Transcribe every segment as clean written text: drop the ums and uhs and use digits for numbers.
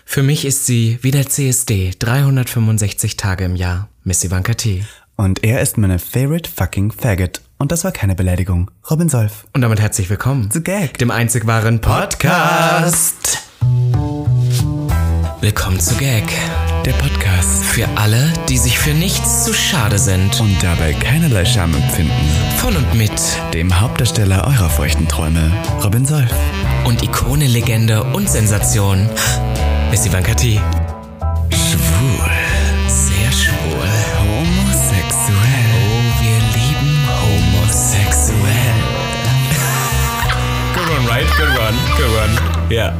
Für mich ist sie wie der CSD, 365 Tage im Jahr, Miss Ivanka T. Und er ist meine favorite fucking faggot. Und das war keine Beleidigung. Robin Solf. Und damit herzlich willkommen zu Gag, dem einzig wahren Podcast. Willkommen zu Gag, der Podcast für alle, die sich für nichts zu schade sind und dabei keinerlei Scham empfinden. Von und mit dem Hauptdarsteller eurer feuchten Träume, Robin Solf. Und Ikone, Legende und Sensation, Miss Ivanka T. Schwul. Sehr schwul. Homosexuell. Oh, wir lieben homosexuell. Good one, right? Good one. Ja.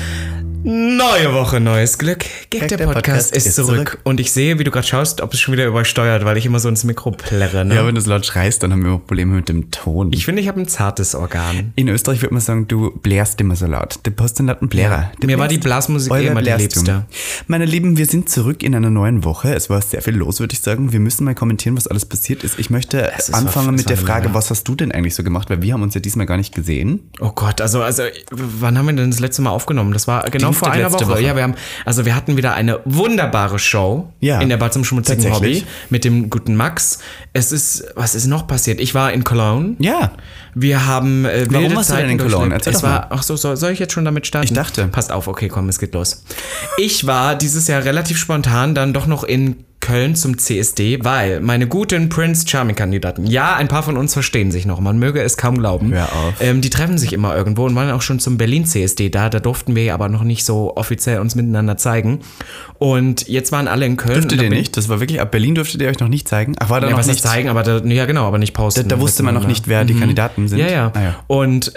Neue Woche, neues Glück. Gag, der Podcast ist zurück. Und ich sehe, wie du gerade schaust, ob es schon wieder übersteuert, weil ich immer so ins Mikro plärre. Ne? Ja, wenn du so laut schreist, dann haben wir auch Probleme mit dem Ton. Ich finde, ich habe ein zartes Organ. In Österreich würde man sagen, du blärst immer so laut. Du hast einen lauten Blärer. Ja. Mir war die Blasmusik immer die liebste. Meine Lieben, wir sind zurück in einer neuen Woche. Es war sehr viel los, würde ich sagen. Wir müssen mal kommentieren, was alles passiert ist. Ich möchte anfangen mit der Frage, was hast du denn eigentlich so gemacht? Weil wir haben uns ja diesmal gar nicht gesehen. Oh Gott, also wann haben wir denn das letzte Mal aufgenommen? Das war genau vor einer Woche. Ja, wir hatten wieder eine wunderbare Show in der Bar zum schmutzigen Hobby mit dem guten Max. Was ist noch passiert? Ich war in Cologne. Ja. Wir haben Warum warst du denn in Cologne? Soll ich jetzt schon damit starten? Ich dachte. Passt auf, okay, komm, es geht los. Ich war dieses Jahr relativ spontan dann doch noch in Köln zum CSD, weil meine guten Prince Charming-Kandidaten, ja, ein paar von uns verstehen sich noch, man möge es kaum glauben. Hör auf. Die treffen sich immer irgendwo und waren auch schon zum Berlin-CSD da durften wir aber noch nicht so offiziell uns miteinander zeigen. Und jetzt waren alle in Köln. Dürftet ihr nicht? Das war wirklich, ab Berlin dürftet ihr euch noch nicht zeigen? Ach, war da noch nicht? Zeigen, aber aber nicht posten. Da wusste man noch nicht, wer die Kandidaten sind. Ja. Ah, ja. Und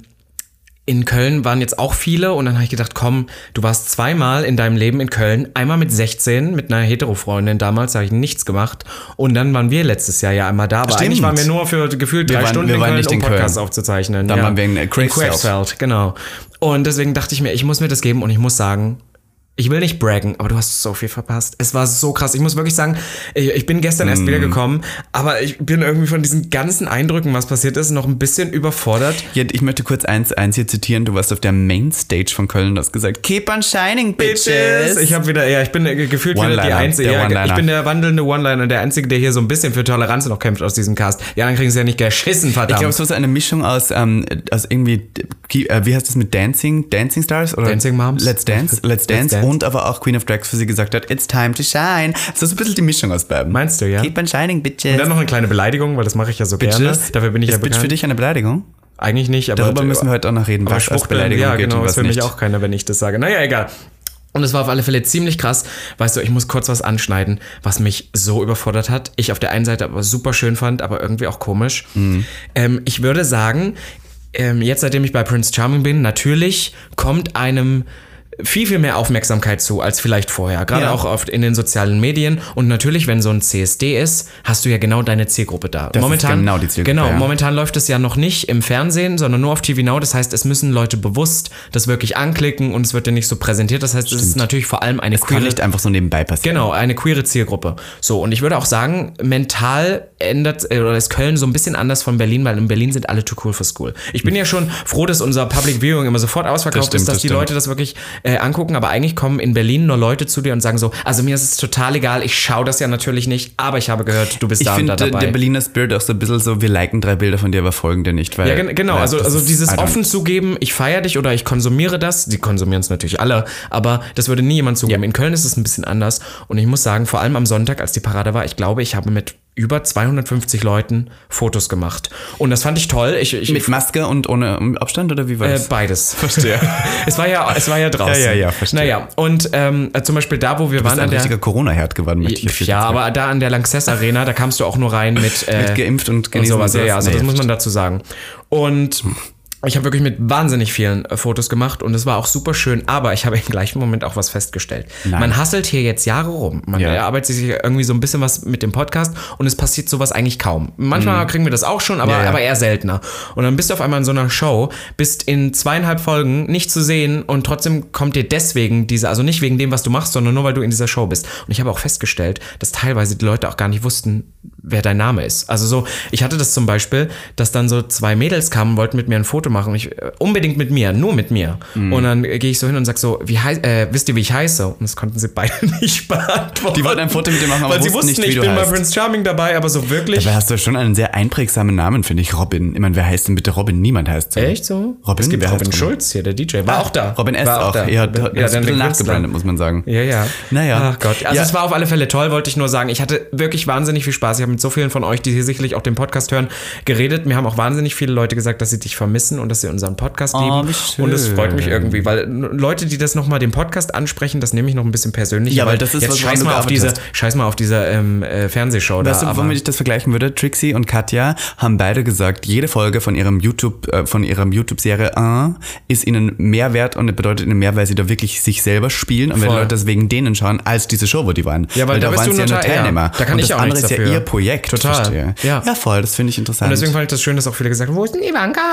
in Köln waren jetzt auch viele und dann habe ich gedacht, komm, du warst zweimal in deinem Leben in Köln, einmal mit 16, mit einer Hetero-Freundin damals, da habe ich nichts gemacht und dann waren wir letztes Jahr ja einmal da, aber eigentlich waren wir nur für gefühlt 3 Stunden in Köln, um Podcast aufzuzeichnen. Dann waren wir in Quakersfeld, genau. Und deswegen dachte ich mir, ich muss mir das geben und ich muss sagen, ich will nicht braggen, aber du hast so viel verpasst. Es war so krass. Ich muss wirklich sagen, ich bin gestern erst wiedergekommen, aber ich bin irgendwie von diesen ganzen Eindrücken, was passiert ist, noch ein bisschen überfordert. Ja, ich möchte kurz eins hier zitieren. Du warst auf der Mainstage von Köln und hast gesagt, keep on shining, bitches. Ich bin gefühlt wieder die Einzige. Ich bin der wandelnde One-Liner, der Einzige, der hier so ein bisschen für Toleranz noch kämpft aus diesem Cast. Ja, dann kriegen sie ja nicht geschissen, verdammt. Ich glaube, es war so eine Mischung aus irgendwie, wie heißt das mit Dancing Stars? Oder Dancing Moms? Let's Dance. Und aber auch Queen of Drags für sie gesagt hat, it's time to shine. Das ist ein bisschen die Mischung aus beiden. Meinst du, ja? Keep on shining, bitches. Und dann noch eine kleine Beleidigung, weil das mache ich ja so gerne. Dafür bin ich ja bekannt. Ist Bitch für dich eine Beleidigung? Eigentlich nicht, aber darüber müssen wir heute auch noch reden, was als Beleidigung geht und was nicht. Ja, genau, das will mich auch keiner, wenn ich das sage. Naja, egal. Und es war auf alle Fälle ziemlich krass. Weißt du, ich muss kurz was anschneiden, was mich so überfordert hat. Ich auf der einen Seite aber super schön fand, aber irgendwie auch komisch. Ich würde sagen, jetzt seitdem ich bei Prince Charming bin, natürlich kommt einem viel mehr Aufmerksamkeit zu als vielleicht vorher. Gerade auch oft in den sozialen Medien. Und natürlich, wenn so ein CSD ist, hast du ja genau deine Zielgruppe da. Das ist genau die Zielgruppe. Genau, momentan läuft es ja noch nicht im Fernsehen, sondern nur auf TV Now. Das heißt, es müssen Leute bewusst das wirklich anklicken und es wird ja nicht so präsentiert. Das heißt, es ist natürlich vor allem eine queere... kann nicht einfach so nebenbei passieren. Genau, eine queere Zielgruppe. So, und ich würde auch sagen, mental ist Köln so ein bisschen anders von Berlin, weil in Berlin sind alle too cool for school. Ich bin ja schon froh, dass unser Public Viewing immer sofort ausverkauft ist, dass die Leute das wirklich angucken, aber eigentlich kommen in Berlin nur Leute zu dir und sagen so, also mir ist es total egal, ich schaue das ja natürlich nicht, aber ich habe gehört, du bist da und da dabei. Ich finde der Berliner Spirit auch so ein bisschen so, wir liken 3 Bilder von dir, aber folgen dir nicht. Weil, ja, genau, also dieses offen zugeben, ich feiere dich oder ich konsumiere das, die konsumieren es natürlich alle, aber das würde nie jemand zugeben. Ja. In Köln ist es ein bisschen anders und ich muss sagen, vor allem am Sonntag, als die Parade war, ich glaube, ich habe mit über 250 Leuten Fotos gemacht. Und das fand ich toll. Mit Maske und ohne Abstand oder wie war das? Beides. Verstehe. es war ja draußen. Ja, verstehe. Naja, und zum Beispiel da, wo wir waren. Du bist ein richtiger Corona-Herd geworden. Ja, aber da an der Lanxess Arena, da kamst du auch nur rein mit geimpft und genesen. Und sowas. Ja, also das muss man dazu sagen. Und ich habe wirklich mit wahnsinnig vielen Fotos gemacht und es war auch super schön, aber ich habe im gleichen Moment auch was festgestellt. Nein. Man hustelt hier jetzt Jahre rum. Man erarbeitet sich irgendwie so ein bisschen was mit dem Podcast und es passiert sowas eigentlich kaum. Manchmal kriegen wir das auch schon, aber eher seltener. Und dann bist du auf einmal in so einer Show, bist in 2,5 Folgen nicht zu sehen und trotzdem kommt dir deswegen also nicht wegen dem, was du machst, sondern nur, weil du in dieser Show bist. Und ich habe auch festgestellt, dass teilweise die Leute auch gar nicht wussten, wer dein Name ist. Also so, ich hatte das zum Beispiel, dass dann so 2 Mädels kamen und wollten mit mir ein Foto Foto machen. Unbedingt mit mir, nur mit mir. Und dann gehe ich so hin und sag so, wisst ihr, wie ich heiße? Und das konnten sie beide nicht beantworten. Die wollten ein Foto mit dir machen, aber weil sie wussten nicht, ich bin bei Prince Charming dabei, aber so wirklich. Dabei hast du schon einen sehr einprägsamen Namen, finde ich, Robin. Ich meine, wer heißt denn bitte Robin? Niemand heißt so. Echt so? Robin, es gibt Robin Schulz hier, der DJ. War auch da. Robin S. auch. Da. Ja, der ist ein bisschen nachgebrandet, muss man sagen. Ja. Naja. Ach Gott. Also es war auf alle Fälle toll, wollte ich nur sagen. Ich hatte wirklich wahnsinnig viel Spaß. Ich habe mit so vielen von euch, die hier sicherlich auch den Podcast hören, geredet. Mir haben auch wahnsinnig viele Leute gesagt, dass sie dich vermissen und dass sie unseren Podcast lieben. Wie schön. Und es freut mich irgendwie, weil Leute, die das nochmal den Podcast ansprechen, das nehme ich noch ein bisschen persönlich. Ja, weil das ist, jetzt scheiß mal auf diese Fernsehshow weißt da. Weißt du, womit ich das vergleichen würde? Trixie und Katja haben beide gesagt, jede Folge von ihrem YouTube-Serie ist ihnen mehr wert und bedeutet ihnen mehr, weil sie da wirklich sich selber spielen und wenn Leute das wegen denen schauen, als diese Show, wo die waren. Ja, weil da waren sie ja nur Teilnehmer. Da kann und ich auch nichts dafür. Das andere ist ja ihr Projekt. Total. Ja, voll, das finde ich interessant. Und deswegen fand ich das schön, dass auch viele gesagt haben, wo ist denn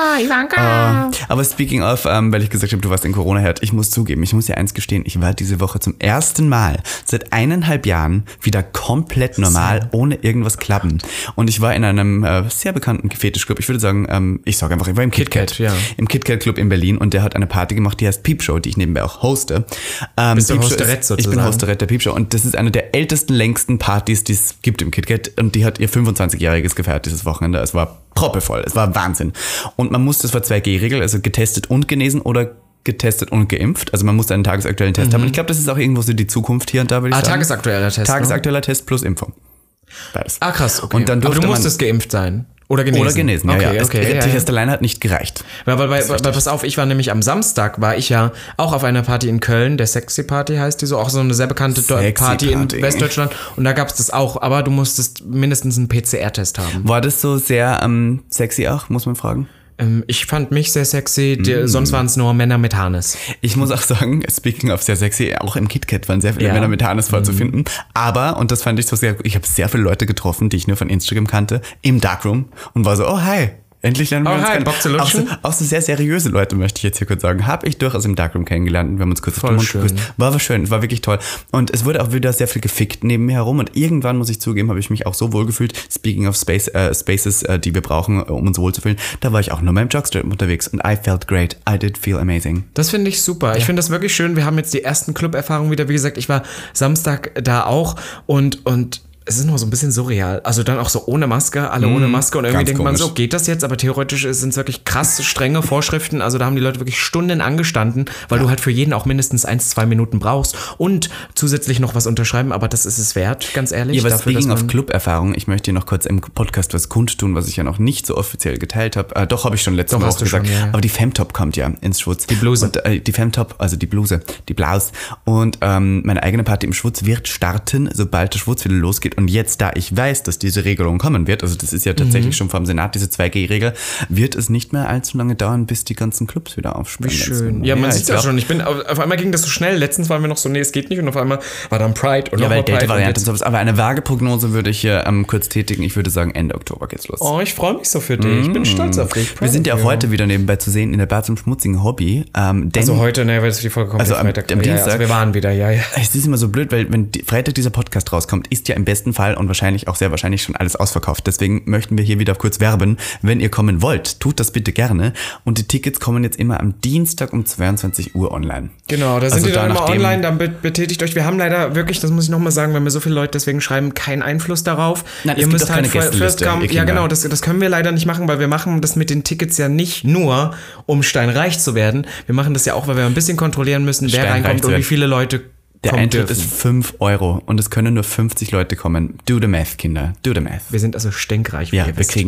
Ivanka? Aber speaking of, weil ich gesagt habe, du warst in Corona-Herd, ich muss zugeben, ich muss dir eins gestehen, ich war diese Woche zum ersten Mal seit 1,5 Jahren wieder komplett normal, ohne irgendwas klappen. Und ich war in einem sehr bekannten Fetischclub, ich würde sagen, ich war im KitKat. Im KitKat Club in Berlin und der hat eine Party gemacht, die heißt Peepshow, die ich nebenbei auch hoste. Bist du Hosterett sozusagen? Ich bin Hosterett der Peepshow und das ist eine der ältesten, längsten Partys, die es gibt im KitKat und die hat ihr 25-jähriges gefeiert dieses Wochenende. Es war proppevoll, es war Wahnsinn. Und man musste, es war 2G-Regel, also getestet und genesen oder getestet und geimpft. Also man musste einen tagesaktuellen Test haben. Und ich glaube, das ist auch irgendwo so die Zukunft hier und da, würde ich sagen. Tagesaktueller Test. Tagesaktueller Test plus Impfung. Beides. Krass, okay. Und dann aber du musstest geimpft sein. Oder genesen. Okay. Der Test alleine hat nicht gereicht. Ja, weil pass auf, ich war nämlich am Samstag, war ich ja auch auf einer Party in Köln, der Sexy Party heißt die so, auch so eine sehr bekannte Party in Westdeutschland und da gab es das auch, aber du musstest mindestens einen PCR-Test haben. War das so sehr sexy auch, muss man fragen? Ich fand mich sehr sexy, sonst waren es nur Männer mit Harness. Ich muss auch sagen, speaking of sehr sexy, auch im KitKat waren sehr viele Männer mit Harness vorzufinden. Aber, und das fand ich so sehr, ich habe sehr viele Leute getroffen, die ich nur von Instagram kannte, im Darkroom und war so, oh hi. Endlich lernen wir uns kennen. Bock zu lutschen. Auch so sehr seriöse Leute, möchte ich jetzt hier kurz sagen. Habe ich durchaus im Darkroom kennengelernt und wir haben uns kurz auf den Mund geküsst. War schön, war wirklich toll. Und es wurde auch wieder sehr viel gefickt neben mir herum und irgendwann, muss ich zugeben, habe ich mich auch so wohl gefühlt. Speaking of Spaces, die wir brauchen, um uns wohlzufühlen, da war ich auch nur mit meinem Jogstrap unterwegs und I felt great. I did feel amazing. Das finde ich super. Ja. Ich finde das wirklich schön. Wir haben jetzt die ersten Club-Erfahrungen wieder. Wie gesagt, ich war Samstag da auch und es ist noch so ein bisschen surreal. Also dann auch so ohne Maske, alle ohne Maske. Und irgendwie denkt man so, geht das jetzt? Aber theoretisch sind es wirklich krass strenge Vorschriften. Also da haben die Leute wirklich Stunden angestanden, weil du halt für jeden auch mindestens 1-2 Minuten brauchst. Und zusätzlich noch was unterschreiben. Aber das ist es wert, ganz ehrlich. Ja, aber speaking of Club-Erfahrung, ich möchte dir noch kurz im Podcast was kundtun, was ich ja noch nicht so offiziell geteilt habe. Doch, habe ich schon letzte Woche gesagt. Schon, ja. Aber die Femtop kommt ja ins Schwutz. Die Bluse. Und, die Femtop, also die Bluse, die Blaus. Und meine eigene Party im Schwutz wird starten, sobald der Schwutz wieder losgeht. Und jetzt, da ich weiß, dass diese Regelung kommen wird, also das ist ja tatsächlich schon vom Senat, diese 2G-Regel, wird es nicht mehr allzu lange dauern, bis die ganzen Clubs wieder aufsperren. Wie schön. Ja, man sieht ja schon. Auf einmal ging das so schnell. Letztens waren wir noch so, nee, es geht nicht. Und auf einmal war dann Pride und weil Delta-Variante und sowas. Aber eine vage Prognose würde ich hier kurz tätigen. Ich würde sagen, Ende Oktober geht's los. Oh, ich freue mich so für dich. Ich bin stolz auf dich. Wir sind ja auch heute wieder nebenbei zu sehen in der Bar zum schmutzigen Hobby. Also heute, ne, weil es die Folge kommt. Also am Dienstag. Also wir waren wieder, ja. Es ist immer so blöd, weil wenn Freitag dieser Podcast rauskommt, ist ja im besten Fall und wahrscheinlich auch sehr wahrscheinlich schon alles ausverkauft. Deswegen möchten wir hier wieder kurz werben. Wenn ihr kommen wollt, tut das bitte gerne. Und die Tickets kommen jetzt immer am Dienstag um 22 Uhr online. Genau, da sind die dann immer online, dann betätigt euch. Wir haben leider wirklich, das muss ich nochmal sagen, wenn mir so viele Leute deswegen schreiben, keinen Einfluss darauf. Nein, ihr müsst halt first come. Ja genau, das können wir leider nicht machen, weil wir machen das mit den Tickets ja nicht nur, um steinreich zu werden. Wir machen das ja auch, weil wir ein bisschen kontrollieren müssen, wer reinkommt und wie viele Leute Der Eintritt ist 5 € und es können nur 50 Leute kommen. Do the math, Kinder. Do the math. Wir sind also stinkreich. Ja, wir kriegen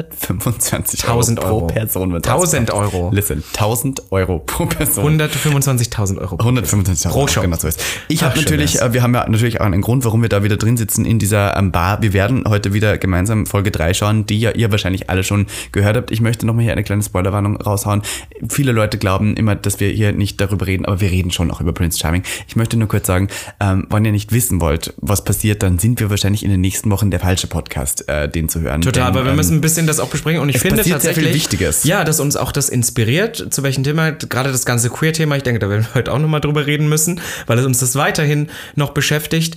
125.000 pro Person. 1.000 €. Listen, 1.000 € pro Person. 125.000 € 125.000 pro Show. Genau so ist. Wir haben ja natürlich auch einen Grund, warum wir da wieder drin sitzen in dieser Bar. Wir werden heute wieder gemeinsam Folge 3 schauen, die ja ihr wahrscheinlich alle schon gehört habt. Ich möchte nochmal hier eine kleine Spoilerwarnung raushauen. Viele Leute glauben immer, dass wir hier nicht darüber reden, aber wir reden schon auch über Prince Charming. Ich möchte nur kurz sagen, wenn ihr nicht wissen wollt, was passiert, dann sind wir wahrscheinlich in den nächsten Wochen der falsche Podcast, den zu hören. Total, aber wir müssen ein bisschen das auch besprechen und ich finde tatsächlich sehr viel Wichtiges. Ja, dass uns auch das inspiriert, zu welchem Thema, gerade das ganze Queer-Thema, ich denke, da werden wir heute auch nochmal drüber reden müssen, weil es uns das weiterhin noch beschäftigt.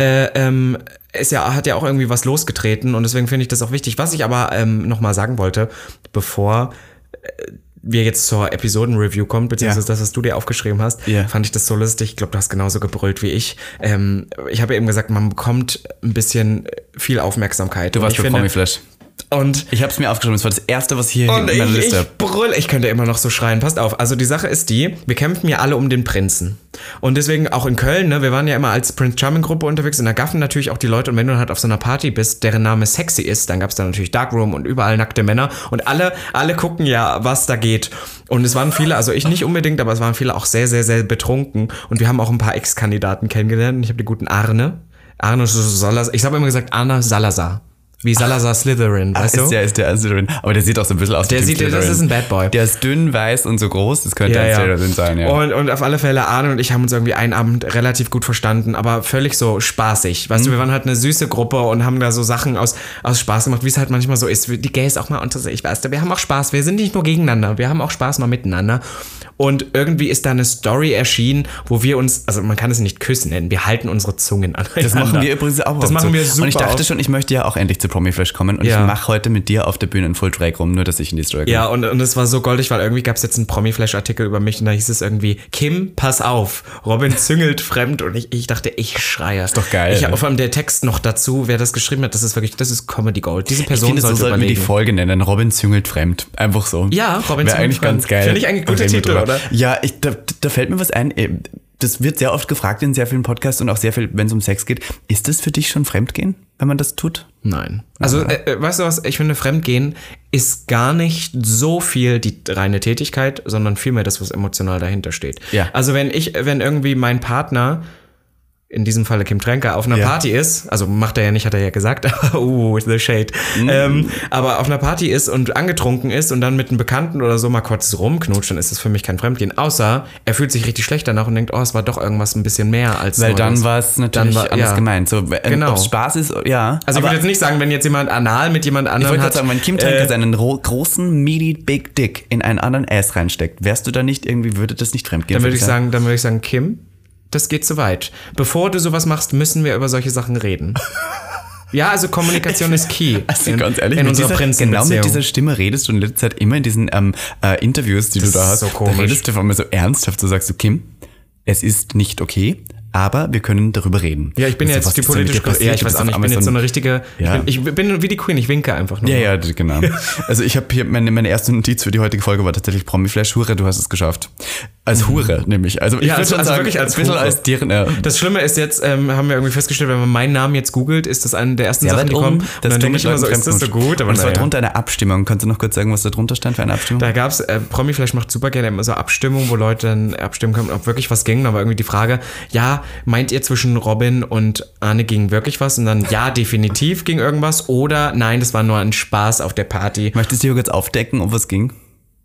Es hat ja auch irgendwie was losgetreten und deswegen finde ich das auch wichtig. Was ich aber nochmal sagen wollte, bevor wir jetzt zur Episoden-Review kommen, beziehungsweise das, was du dir aufgeschrieben hast, fand ich das so lustig. Ich glaube, du hast genauso gebrüllt wie ich. Ich habe ja eben gesagt, man bekommt ein bisschen viel Aufmerksamkeit. Du warst für Promiflash. Und ich habe es mir aufgeschrieben, das war das Erste, was hier in meiner Liste. Ich brüll, ich könnte immer noch so schreien, passt auf. Also die Sache ist die, wir kämpfen ja alle um den Prinzen. Und deswegen auch in Köln, ne, wir waren ja immer als Prince Charming Gruppe unterwegs und da gaffen natürlich auch die Leute. Und wenn du halt auf so einer Party bist, deren Name sexy ist, dann gab es da natürlich Darkroom und überall nackte Männer. Und alle gucken ja, was da geht. Und es waren viele, also ich nicht unbedingt, aber es waren viele auch sehr, sehr, sehr betrunken. Und wir haben auch ein paar Ex-Kandidaten kennengelernt. Ich habe den guten Arne Salazar, ich habe immer gesagt Arne Salazar. Wie Salazar Slytherin, weißt du? Ist der Slytherin. Aber der sieht auch so ein bisschen aus wie Slytherin. Das ist ein Bad Boy. Der ist dünn, weiß und so groß. Das könnte ein Slytherin sein, ja. Und auf alle Fälle, Arne und ich haben uns irgendwie einen Abend relativ gut verstanden, aber völlig so spaßig. Weißt du, wir waren halt eine süße Gruppe und haben da so Sachen aus Spaß gemacht, wie es halt manchmal so ist. Die Gays auch mal unter sich, weißt du, wir haben auch Spaß. Wir sind nicht nur gegeneinander, wir haben auch Spaß mal miteinander. Und irgendwie ist da eine Story erschienen, wo wir uns, also man kann es nicht küssen nennen, wir halten unsere Zungen aneinander. Das machen wir übrigens auch. Das machen wir super. Und ich dachte schon, ich möchte ja auch endlich zu Promiflash kommen und ich mache heute mit dir auf der Bühne einen Full Drag rum, nur dass ich in die Story komme. Ja, und es war so goldig, weil irgendwie gab es jetzt einen Promiflash-Artikel über mich und da hieß es irgendwie, Kim, pass auf, Robin züngelt fremd und ich dachte, ich schreie. Ist doch geil. Ich habe vor allem der Text noch dazu, wer das geschrieben hat, das ist Comedy Gold. Diese Person sollte sollten wir die Folge nennen, Robin züngelt fremd. Einfach so. Ja, Robin züngelt eigentlich fremd. Ganz geil. Finde ich eigentlich ein guter Titel, oder? Ja, da fällt mir was ein. Das wird sehr oft gefragt in sehr vielen Podcasts und auch sehr viel, wenn es um Sex geht. Ist das für dich schon Fremdgehen, wenn man das tut? Nein. Also, weißt du was? Ich finde, Fremdgehen ist gar nicht so viel die reine Tätigkeit, sondern vielmehr das, was emotional dahinter steht. Ja. Also, wenn irgendwie mein Partner, in diesem Falle Kim Tränker, auf einer Party ist, also macht er ja nicht, hat er ja gesagt, the shade, aber auf einer Party ist und angetrunken ist und dann mit einem Bekannten oder so mal kurz rumknutscht, dann ist das für mich kein Fremdgehen, außer er fühlt sich richtig schlecht danach und denkt, es war doch irgendwas ein bisschen mehr als weil dann war es natürlich anders gemeint. So, genau. Ob Spaß ist, ja. Also ich würde jetzt nicht sagen, wenn jetzt jemand anal mit jemand anderem ich wollte gerade sagen, wenn Kim Tränker seinen großen, meaty, big dick in einen anderen Ass reinsteckt, wärst du da nicht irgendwie, würde das nicht Fremdgehen? Dann würde ich sagen, Kim, das geht zu weit. Bevor du sowas machst, müssen wir über solche Sachen reden. Ja, also Kommunikation ist key. Also ganz ehrlich, in unserer Prinzenbeziehung. Genau mit dieser Stimme redest du in letzter Zeit immer in diesen Interviews, die du da hast. So komisch. Da redest du von mir so ernsthaft, so sagst du, Kim, es ist nicht okay, aber wir können darüber reden. Ja, ich bin jetzt die politische... Ja, ich weiß auch nicht, ich bin jetzt so eine richtige... Ja. Ich bin wie die Queen, ich winke einfach nur. Ja, genau. Also ich habe hier, meine erste Notiz für die heutige Folge war tatsächlich Promiflash. Hure, du hast es geschafft. Als Hure, nämlich. Also ich würde schon sagen, wirklich als bisschen als deren... Ja. Das Schlimme ist jetzt, haben wir irgendwie festgestellt, wenn man meinen Namen jetzt googelt, ist das eine der ersten Sachen, die kommen. Und dann denke ich immer so, ist das so gut? Aber es war drunter eine Abstimmung. Kannst du noch kurz sagen, was da drunter stand für eine Abstimmung? Da gab es, Promiflash macht super gerne immer so Abstimmungen, wo Leute dann abstimmen können, ob wirklich was ging. Aber irgendwie die Frage, ja, meint ihr zwischen Robin und Arne ging wirklich was? Und dann, ja, definitiv ging irgendwas. Oder nein, das war nur ein Spaß auf der Party. Möchtest du jetzt aufdecken, ob was ging?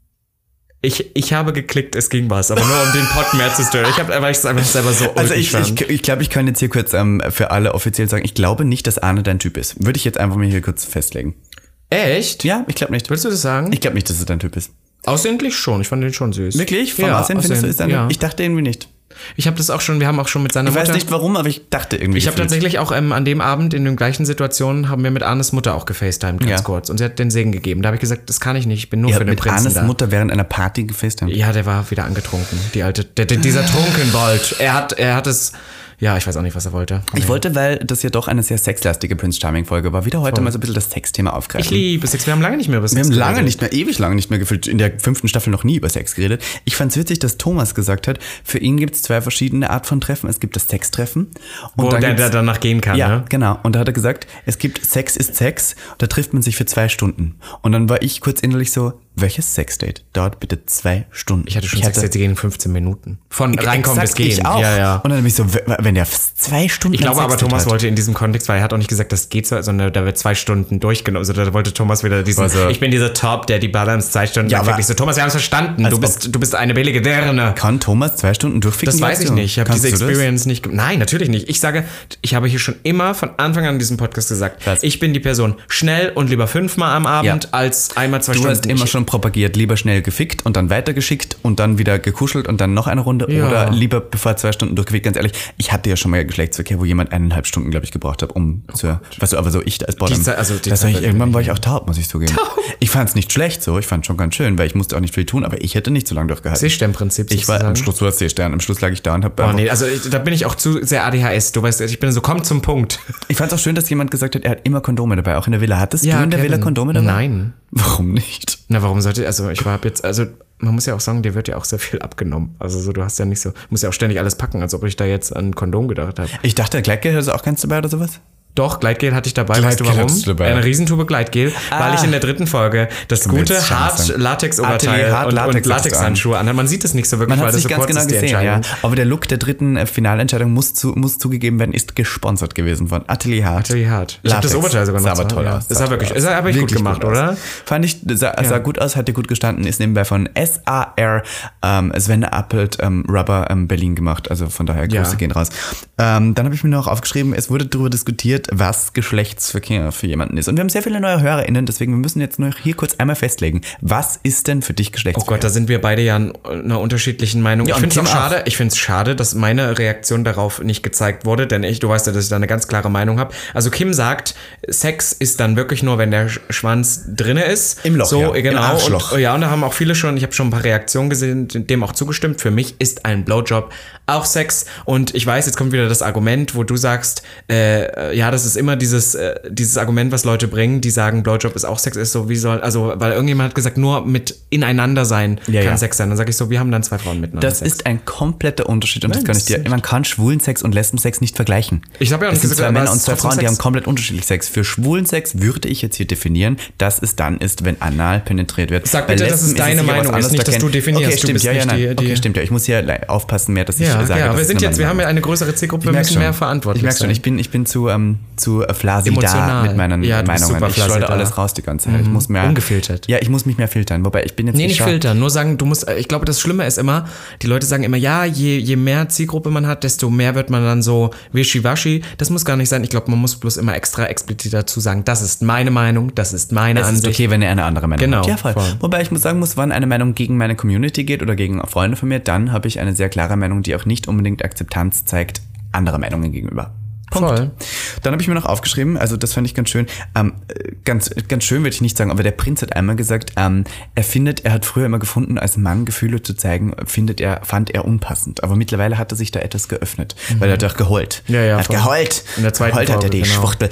Ich habe geklickt, es ging was, aber nur um den Pod mehr zu stören. Weil ich es einfach selber so also ich glaube, ich kann jetzt hier kurz für alle offiziell sagen, ich glaube nicht, dass Arne dein Typ ist. Würde ich jetzt einfach mal hier kurz festlegen. Echt? Ja, ich glaube nicht. Willst du das sagen? Ich glaube nicht, dass es dein Typ ist. Aussehentlich schon, ich fand den schon süß. Wirklich? Vom Aussehen findest du, ist dein Ich dachte irgendwie nicht. Ich habe das auch schon, wir haben auch schon mit seiner Mutter... Ich weiß nicht warum, aber ich dachte irgendwie... Ich habe tatsächlich auch an dem Abend in den gleichen Situationen haben wir mit Arnes Mutter auch gefacetimed, ganz kurz. Und sie hat den Segen gegeben. Da habe ich gesagt, das kann ich nicht, ich bin nur für den Prinzen da. Mit Arnes Mutter während einer Party gefacetimed? Ja, der war wieder angetrunken, die alte... dieser Trunkenbold. Er hat es... Ja, ich weiß auch nicht, was er wollte. Ich wollte, weil das ja doch eine sehr sexlastige Prince Charming-Folge war, wieder heute mal so ein bisschen das Sexthema aufgreifen. Ich liebe Sex. Wir haben ewig lange nicht mehr gefühlt, in der 5. Staffel noch nie über Sex geredet. Ich fand's witzig, dass Thomas gesagt hat, für ihn gibt's 2 verschiedene Art von Treffen. Es gibt das Sextreffen. Wo der danach gehen kann, ja, ne? Genau. Und da hat er gesagt, es gibt Sex ist Sex, da trifft man sich für 2 Stunden. Und dann war ich kurz innerlich so, welches Sexdate dauert bitte 2 Stunden? Ich hatte schon Sexdates, die gehen 15 Minuten. Von reinkommen bis gehen. Ich auch. Ja. Und dann habe ich so, wenn der 2 Stunden... Ich glaube aber, Thomas wollte in diesem Kontext, weil er hat auch nicht gesagt, das geht so, sondern da wird 2 Stunden durchgenommen. Also da wollte Thomas wieder diesen, ich bin dieser Top, der die Balance 2 Stunden wirklich so, Thomas, wir haben es verstanden, du bist eine billige Dirne. Kann Thomas 2 Stunden durchficken? Das weiß ich nicht, ich habe diese Experience nicht... Nein, natürlich nicht. Ich sage, ich habe hier schon immer von Anfang an in diesem Podcast gesagt, ich bin die Person schnell und lieber 5-mal am Abend als einmal 2 Stunden. Du hast immer schon schon propagiert, lieber schnell gefickt und dann weitergeschickt und dann wieder gekuschelt und dann noch eine Runde oder lieber bevor 2 Stunden durchgefickt. Ganz ehrlich, ich hatte ja schon mal Geschlechtsverkehr, wo jemand 1,5 Stunden, glaube ich, gebraucht hat, aber so ich als Bottom. Irgendwann war ich auch taub, muss ich zugeben. Ich fand es nicht schlecht so, ich fand es schon ganz schön, weil ich musste auch nicht viel tun, aber ich hätte nicht so lange durchgehalten. Seesternprinzip. Ich war am Schluss so Seestern, am Schluss lag ich da und habe da bin ich auch zu sehr ADHS, du weißt, ich bin so, komm zum Punkt. Ich fand es auch schön, dass jemand gesagt hat, er hat immer Kondome dabei, auch in der Villa. Hattest du in der Villa Kondome dabei? Nein. Warum nicht? Na, warum sollte, man muss ja auch sagen, dir wird ja auch sehr viel abgenommen. Also so, du hast ja nicht so, musst ja auch ständig alles packen, als ob ich da jetzt an Kondom gedacht habe. Ich dachte, Gleitgel hattest du auch keins dabei oder sowas? Doch, Gleitgel hatte ich dabei. Weißt du warum? Eine Riesentube Gleitgel, weil ich in der 3. Folge das gute Hart-Latex-Oberteil und Latex-Handschuhe anhatte. Man sieht es nicht so wirklich, weil das so kurz ist, die Entscheidung. Aber der Look der 3. Finalentscheidung muss zugegeben werden, ist gesponsert gewesen von Atelier Hart. Atelier Hart. Ich habe das Oberteil sogar noch. Das sah aber toll aus. Das sah wirklich gut gemacht, oder? Fand ich, sah gut aus, hat dir gut gestanden, ist nebenbei von SAR Sven Appelt Rubber Berlin gemacht. Also von daher Grüße gehen raus. Dann habe ich mir noch aufgeschrieben, es wurde darüber diskutiert, was Geschlechtsverkehr für jemanden ist. Und wir haben sehr viele neue HörerInnen, deswegen wir müssen jetzt nur hier kurz einmal festlegen, was ist denn für dich Geschlechtsverkehr? Oh Gott, da sind wir beide ja in einer unterschiedlichen Meinung. Ja, ich finde es schade, dass meine Reaktion darauf nicht gezeigt wurde, denn du weißt ja, dass ich da eine ganz klare Meinung habe. Also Kim sagt, Sex ist dann wirklich nur, wenn der Schwanz drinne ist. Im Loch, so, ja. Genau. Im Arschloch. Und da haben auch viele schon, ich habe schon ein paar Reaktionen gesehen, dem auch zugestimmt. Für mich ist ein Blowjob auch Sex. Und ich weiß, jetzt kommt wieder das Argument, wo du sagst, das ist immer dieses Argument, was Leute bringen, die sagen, Blowjob ist auch Sex, ist so, weil irgendjemand hat gesagt, nur mit ineinander sein kann Sex sein. Dann sage ich so, wir haben dann 2 Frauen miteinander. Das ist ein kompletter Unterschied und das kann ich dir, man kann schwulen Sex und Lesben-Sex nicht vergleichen. Ich habe ja auch nicht gesagt, 2 Männer und 2 Frauen, die haben komplett unterschiedlich Sex. Für schwulen Sex würde ich jetzt hier definieren, dass es dann ist, wenn anal penetriert wird. Sag bitte, dass es deine Meinung ist, nicht, dass du definierst. Okay, stimmt, okay, stimmt, ja. Ich muss hier aufpassen mehr, dass ich sage, ja, wir haben ja eine größere Zielgruppe, wir müssen mehr verantwortlich sein. Ich merke schon, ich bin zu flasi da mit meinen Meinungen. Ich schleudere alles raus die ganze Zeit. Ich muss mehr ungefiltert. Ja, ich muss mich mehr filtern. Wobei ich bin jetzt nicht filtern, nur sagen, du musst, ich glaube, das Schlimme ist immer, die Leute sagen immer, ja, je mehr Zielgruppe man hat, desto mehr wird man dann so wischiwaschi. Das muss gar nicht sein. Ich glaube, man muss bloß immer extra explizit dazu sagen, das ist meine Meinung, das ist meine Ansicht. Es ist okay, wenn er eine andere Meinung hat. Ja, voll. Wobei ich muss sagen muss, wenn eine Meinung gegen meine Community geht oder gegen Freunde von mir, dann habe ich eine sehr klare Meinung, die auch nicht unbedingt Akzeptanz zeigt anderer Meinungen gegenüber. Punkt. Voll. Dann habe ich mir noch aufgeschrieben, also das fand ich ganz schön, ganz schön würde ich nicht sagen, aber der Prinz hat einmal gesagt, er hat früher immer gefunden, als Mann Gefühle zu zeigen, fand er unpassend, aber mittlerweile hat er sich da etwas geöffnet, weil er hat auch geheult. Ja, hat geheult. In der zweiten Folge, hat er die Schwuchtel.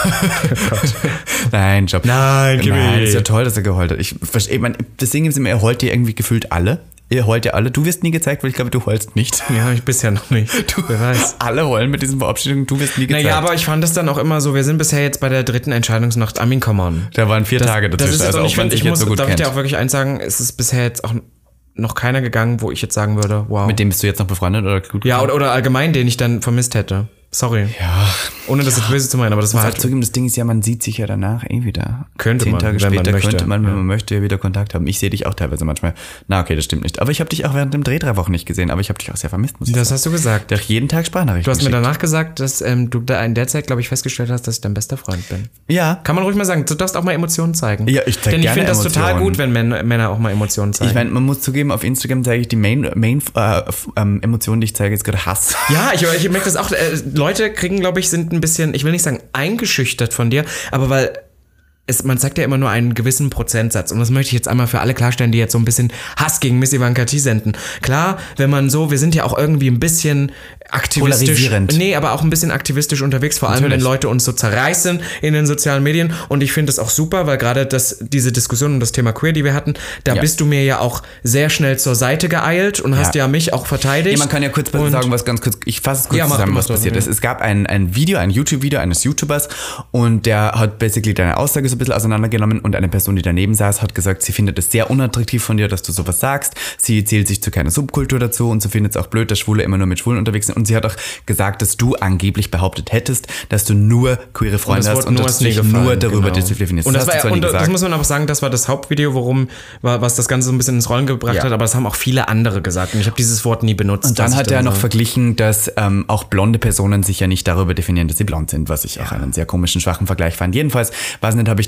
Nein, Job. Nein, ist ja toll, dass er geheult hat. Ich meine, das Ding ist immer, er heult dir irgendwie gefühlt alle. Ihr heult ja alle. Du wirst nie gezeigt, weil ich glaube, du heulst nicht. Ja, ich bisher noch nicht. Wer weiß. Alle heulen mit diesen Verabschiedungen, du wirst nie gezeigt. Naja, aber ich fand das dann auch immer so, wir sind bisher jetzt bei der 3. Entscheidungsnacht. I mean, come on. Da waren 4 Tage dazwischen. Das ist also auch, wenn ich jetzt so gut darf kennt. Ich dir auch wirklich eins sagen, es ist bisher jetzt auch noch keiner gegangen, wo ich jetzt sagen würde, wow. Mit dem bist du jetzt noch befreundet oder gut? Ja, oder allgemein, den ich dann vermisst hätte. Sorry. Ja. Ohne das jetzt böse zu meinen, aber das war halt... Zugeben, das Ding ist ja, man sieht sich ja danach wieder. Könnte 10 man, Tage wenn später man möchte. Könnte man, wenn man möchte, ja wieder Kontakt haben. Ich sehe dich auch teilweise manchmal. Na, okay, das stimmt nicht. Aber ich habe dich auch während dem Dreh 3 Wochen nicht gesehen, aber ich habe dich auch sehr vermisst, muss ich sagen. Das hast du gesagt. Der hat jeden Tag Sprachnachrichten Du hast mir danach gesagt, dass du da in der Zeit, glaube ich, festgestellt hast, dass ich dein bester Freund bin. Ja. Kann man ruhig mal sagen. Du darfst auch mal Emotionen zeigen. Ja, ich zeige gerne Emotionen. Denn ich finde das total gut, wenn Männer auch mal Emotionen zeigen. Ich meine, man muss zugeben, auf Instagram zeige ich die Main-Emotionen, die ich zeige, jetzt gerade Hass. Ja, ich merke das auch. Leute kriegen, glaube ich, sind ein bisschen, ich will nicht sagen eingeschüchtert von dir, aber weil man sagt ja immer nur einen gewissen Prozentsatz und das möchte ich jetzt einmal für alle klarstellen, die jetzt so ein bisschen Hass gegen Miss Ivanka T senden. Klar, wenn man so, wir sind ja auch irgendwie ein bisschen aktivistisch, nee, aber auch ein bisschen aktivistisch unterwegs, vor allem wenn Leute uns so zerreißen in den sozialen Medien und ich finde das auch super, weil gerade diese Diskussion um das Thema Queer, die wir hatten, da bist du mir ja auch sehr schnell zur Seite geeilt und hast ja mich auch verteidigt. Ja, man kann ja kurz sagen, was ganz kurz, ich fasse es kurz zusammen, was passiert ist. Es gab ein YouTube-Video eines YouTubers und der hat basically deine Aussage so ein bisschen auseinandergenommen und eine Person, die daneben saß, hat gesagt, sie findet es sehr unattraktiv von dir, dass du sowas sagst. Sie zählt sich zu keiner Subkultur dazu und sie findet es auch blöd, dass Schwule immer nur mit Schwulen unterwegs sind. Und sie hat auch gesagt, dass du angeblich behauptet hättest, dass du nur queere Freunde hast und dass du dich nur darüber definierst. Und das muss man auch sagen, das war das Hauptvideo, was das Ganze so ein bisschen ins Rollen gebracht hat, aber das haben auch viele andere gesagt und ich habe dieses Wort nie benutzt. Und dann hat er noch verglichen, dass auch blonde Personen sich ja nicht darüber definieren, dass sie blond sind, was ich auch einen sehr komischen, schwachen Vergleich fand. Jedenfalls, weiß nicht, habe ich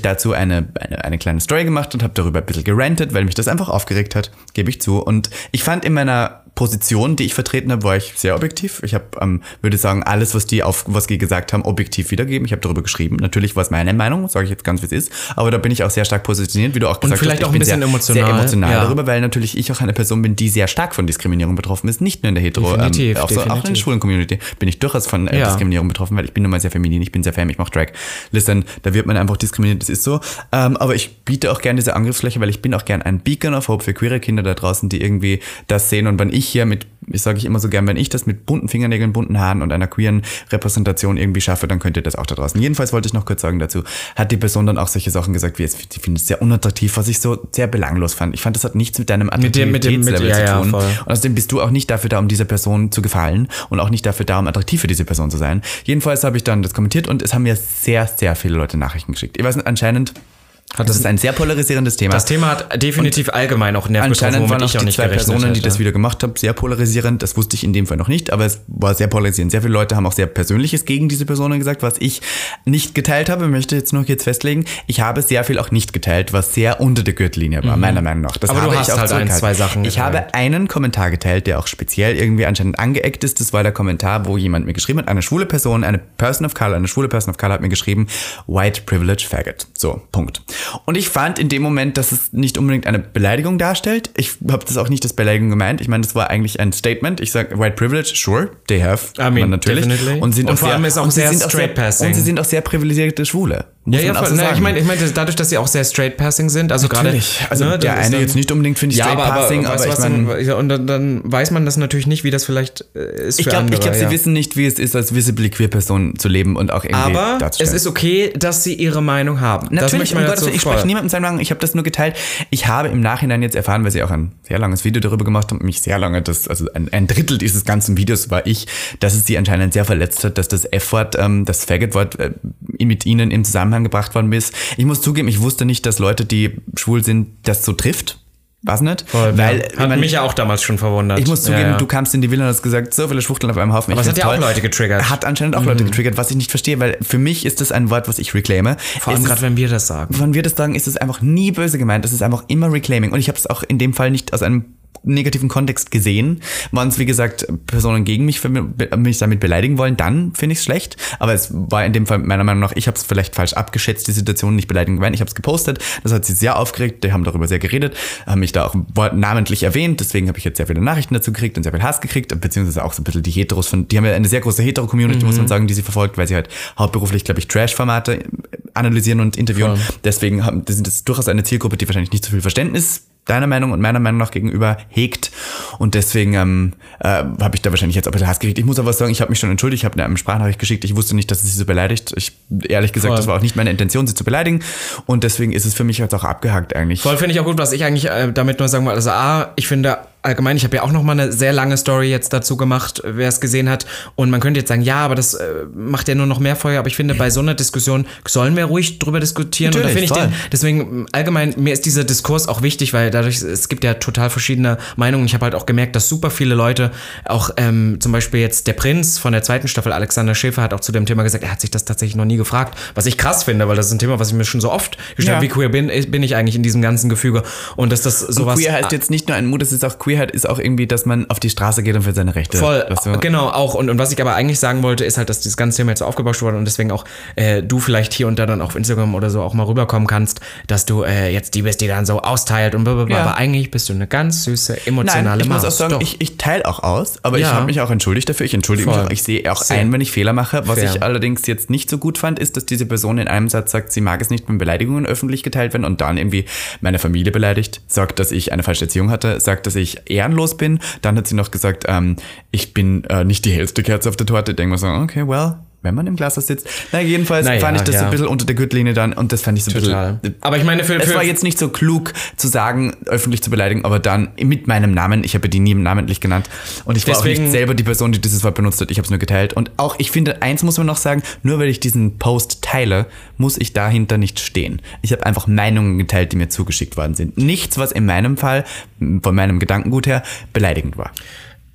dazu eine kleine Story gemacht und habe darüber ein bisschen gerantet, weil mich das einfach aufgeregt hat, gebe ich zu. Und ich fand in meiner Position, die ich vertreten habe, war ich sehr objektiv. Ich habe, würde sagen, alles, was die gesagt haben, objektiv wiedergeben. Ich habe darüber geschrieben. Natürlich war es meine Meinung, sage ich jetzt ganz, wie es ist. Aber da bin ich auch sehr stark positioniert, wie du auch gesagt hast. Und vielleicht auch ein bisschen emotional. Sehr emotional darüber, weil natürlich ich auch eine Person bin, die sehr stark von Diskriminierung betroffen ist. Nicht nur in der Hetero, auch in der schwulen Community bin ich durchaus von Diskriminierung betroffen, weil ich bin nun mal sehr feminin, ich bin sehr femme, ich mache Drag. Listen, da wird man einfach diskriminiert, das ist so. Aber ich biete auch gerne diese Angriffsfläche, weil ich bin auch gern ein Beacon of Hope für queere Kinder da draußen, die irgendwie das sehen. Und wenn ich hier sage ich immer so gern, wenn ich das mit bunten Fingernägeln, bunten Haaren und einer queeren Repräsentation irgendwie schaffe, dann könnt ihr das auch da draußen. Jedenfalls wollte ich noch kurz sagen dazu, hat die Person dann auch solche Sachen gesagt, wie sie findet es sehr unattraktiv, was ich so sehr belanglos fand. Ich fand, das hat nichts mit deinem Attraktivitätslevel zu tun. Und außerdem bist du auch nicht dafür da, um dieser Person zu gefallen und auch nicht dafür da, um attraktiv für diese Person zu sein. Jedenfalls habe ich dann das kommentiert und es haben mir sehr, sehr viele Leute Nachrichten geschickt. Ich weiß nicht, anscheinend das ist ein sehr polarisierendes Thema. Das Thema hat definitiv allgemein auch Nerv getroffen, anscheinend waren auch die zwei Personen, die das Video gemacht haben, sehr polarisierend. Das wusste ich in dem Fall noch nicht, aber es war sehr polarisierend. Sehr viele Leute haben auch sehr Persönliches gegen diese Personen gesagt, was ich nicht geteilt habe. Ich möchte jetzt noch festlegen, ich habe sehr viel auch nicht geteilt, was sehr unter der Gürtellinie war, meiner Meinung nach. Das aber habe du hast ich auch halt zwei Sachen Ich habe einen Kommentar geteilt, der auch speziell irgendwie anscheinend angeeckt ist. Das war der Kommentar, wo jemand mir geschrieben hat, eine schwule Person, eine schwule Person of Color hat mir geschrieben, White Privilege Faggot. So, Punkt. Und ich fand in dem Moment, dass es nicht unbedingt eine Beleidigung darstellt. Ich habe das auch nicht als Beleidigung gemeint. Ich meine, das war eigentlich ein Statement. Ich sage, White Privilege, sure, they have. Natürlich. Definitely. Und vor allem ist auch sehr straight passing. Und sie sind auch sehr privilegielte Schwule. Ja, voll. Ich meine, dadurch, dass sie auch sehr straight passing sind, also natürlich. Gerade. Also der eine jetzt nicht unbedingt, finde ich, straight passing, aber ich meine. Und dann weiß man das natürlich nicht, wie das vielleicht ist für andere. Ich glaube, sie wissen nicht, wie es ist, als visibly queer Person zu leben und auch irgendwie darzustellen. Aber es ist okay, dass sie ihre Meinung haben. Natürlich, ich spreche niemandem seine Meinung, ich habe das nur geteilt. Ich habe im Nachhinein jetzt erfahren, weil sie auch ein sehr langes Video darüber gemacht haben, mich sehr lange, also ein Drittel dieses ganzen Videos war ich, dass es sie anscheinend sehr verletzt hat, dass das F-Wort, das Faggot-Wort mit ihnen im Zusammenhang gebracht worden ist. Ich muss zugeben, ich wusste nicht, dass Leute, die schwul sind, das so trifft. Was nicht? Voll, hat mich ja auch damals schon verwundert. Ich muss zugeben, du kamst in die Villa und hast gesagt, so viele Schwuchteln auf einem Haufen. Aber es hat ja auch Leute getriggert. Hat anscheinend auch Leute getriggert, was ich nicht verstehe, weil für mich ist das ein Wort, was ich reclaime. Vor allem gerade, wenn wir das sagen. Wenn wir das sagen, ist es einfach nie böse gemeint. Es ist einfach immer reclaiming. Und ich habe es auch in dem Fall nicht aus einem negativen Kontext gesehen. Waren es, wie gesagt, Personen gegen mich damit beleidigen wollen, dann finde ich es schlecht. Aber es war in dem Fall meiner Meinung nach, ich habe es vielleicht falsch abgeschätzt, die Situation, nicht beleidigen gemeint. Ich habe es gepostet, das hat sie sehr aufgeregt, die haben darüber sehr geredet, haben mich da auch namentlich erwähnt, deswegen habe ich jetzt sehr viele Nachrichten dazu gekriegt und sehr viel Hass gekriegt, beziehungsweise auch so ein bisschen die Heteros die haben ja eine sehr große Hetero-Community, muss man sagen, die sie verfolgt, weil sie halt hauptberuflich, glaube ich, Trash-Formate analysieren und interviewen. Voll. Deswegen sind das durchaus eine Zielgruppe, die wahrscheinlich nicht so viel Verständnis deiner Meinung und meiner Meinung nach gegenüber hegt. Und deswegen habe ich da wahrscheinlich jetzt auch ein bisschen Hass gekriegt. Ich muss aber sagen, ich habe mich schon entschuldigt, ich habe eine Sprachnachricht geschickt, ich wusste nicht, dass es sie so beleidigt. Ehrlich gesagt, das war auch nicht meine Intention, sie zu beleidigen. Und deswegen ist es für mich jetzt auch abgehakt eigentlich. Voll, finde ich auch gut, was ich eigentlich damit nur sagen wollte. Also ich finde allgemein, ich habe ja auch noch mal eine sehr lange Story jetzt dazu gemacht, wer es gesehen hat. Und man könnte jetzt sagen, ja, aber das macht ja nur noch mehr Feuer. Aber ich finde, bei so einer Diskussion sollen wir ruhig drüber diskutieren. Natürlich, und da finde ich deswegen allgemein, mir ist dieser Diskurs auch wichtig, weil dadurch, es gibt ja total verschiedene Meinungen. Ich habe halt auch gemerkt, dass super viele Leute, auch zum Beispiel jetzt der Prinz von der 2. Staffel, Alexander Schäfer, hat auch zu dem Thema gesagt, er hat sich das tatsächlich noch nie gefragt. Was ich krass finde, weil das ist ein Thema, was ich mir schon so oft gestellt habe, wie queer bin ich eigentlich in diesem ganzen Gefüge. Und dass das sowas... Und queer heißt jetzt nicht nur ein Mut, es ist auch Queerheit, ist auch irgendwie, dass man auf die Straße geht und für seine Rechte. Voll, genau, auch. Und was ich aber eigentlich sagen wollte, ist halt, dass dieses ganze Thema jetzt so aufgebauscht wurde und deswegen auch du vielleicht hier und da dann auf Instagram oder so auch mal rüberkommen kannst, dass du jetzt die bist, die dann so austeilt und blablabla. Ja. Aber eigentlich bist du eine ganz süße, emotionale Maus. Ich muss auch sagen, ich teile auch aus, aber ich habe mich auch entschuldigt dafür. Ich entschuldige mich auch. Ich sehe auch ein, wenn ich Fehler mache. Was ich allerdings jetzt nicht so gut fand, ist, dass diese Person in einem Satz sagt, sie mag es nicht, wenn Beleidigungen öffentlich geteilt werden und dann irgendwie meine Familie beleidigt, sagt, dass ich eine falsche Erziehung hatte, sagt, dass ich ehrenlos bin. Dann hat sie noch gesagt, ich bin nicht die hellste Kerze auf der Torte. Ich denke mir so, okay, well, wenn man im Glashaus sitzt. Jedenfalls fand ich das so ein bisschen unter der Gürtellinie dann und das fand ich so ein bisschen... Aber ich meine, es war jetzt nicht so klug zu sagen, öffentlich zu beleidigen, aber dann mit meinem Namen, ich habe die nie namentlich genannt und ich war auch nicht selber die Person, die dieses Wort benutzt hat, ich habe es nur geteilt. Und auch, ich finde, eins muss man noch sagen, nur weil ich diesen Post teile, muss ich dahinter nicht stehen. Ich habe einfach Meinungen geteilt, die mir zugeschickt worden sind. Nichts, was in meinem Fall, von meinem Gedankengut her, beleidigend war.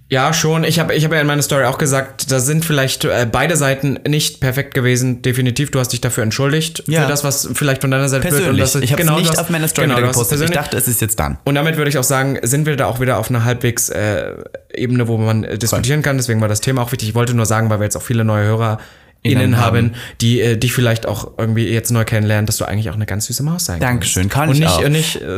Ja, schon. Ich hab ja in meiner Story auch gesagt, da sind vielleicht beide Seiten nicht perfekt gewesen. Definitiv, du hast dich dafür entschuldigt. Für das, was vielleicht von deiner Seite persönlich. wird. Und ich habe es nicht auf meiner Story gepostet. Ich dachte, es ist jetzt dann. Und damit würde ich auch sagen, sind wir da auch wieder auf einer halbwegs Ebene, wo man diskutieren kann. Deswegen war das Thema auch wichtig. Ich wollte nur sagen, weil wir jetzt auch viele neue HörerInnen haben, die dich vielleicht auch irgendwie jetzt neu kennenlernen, dass du eigentlich auch eine ganz süße Maus sein kannst. Dankeschön, kann ich auch.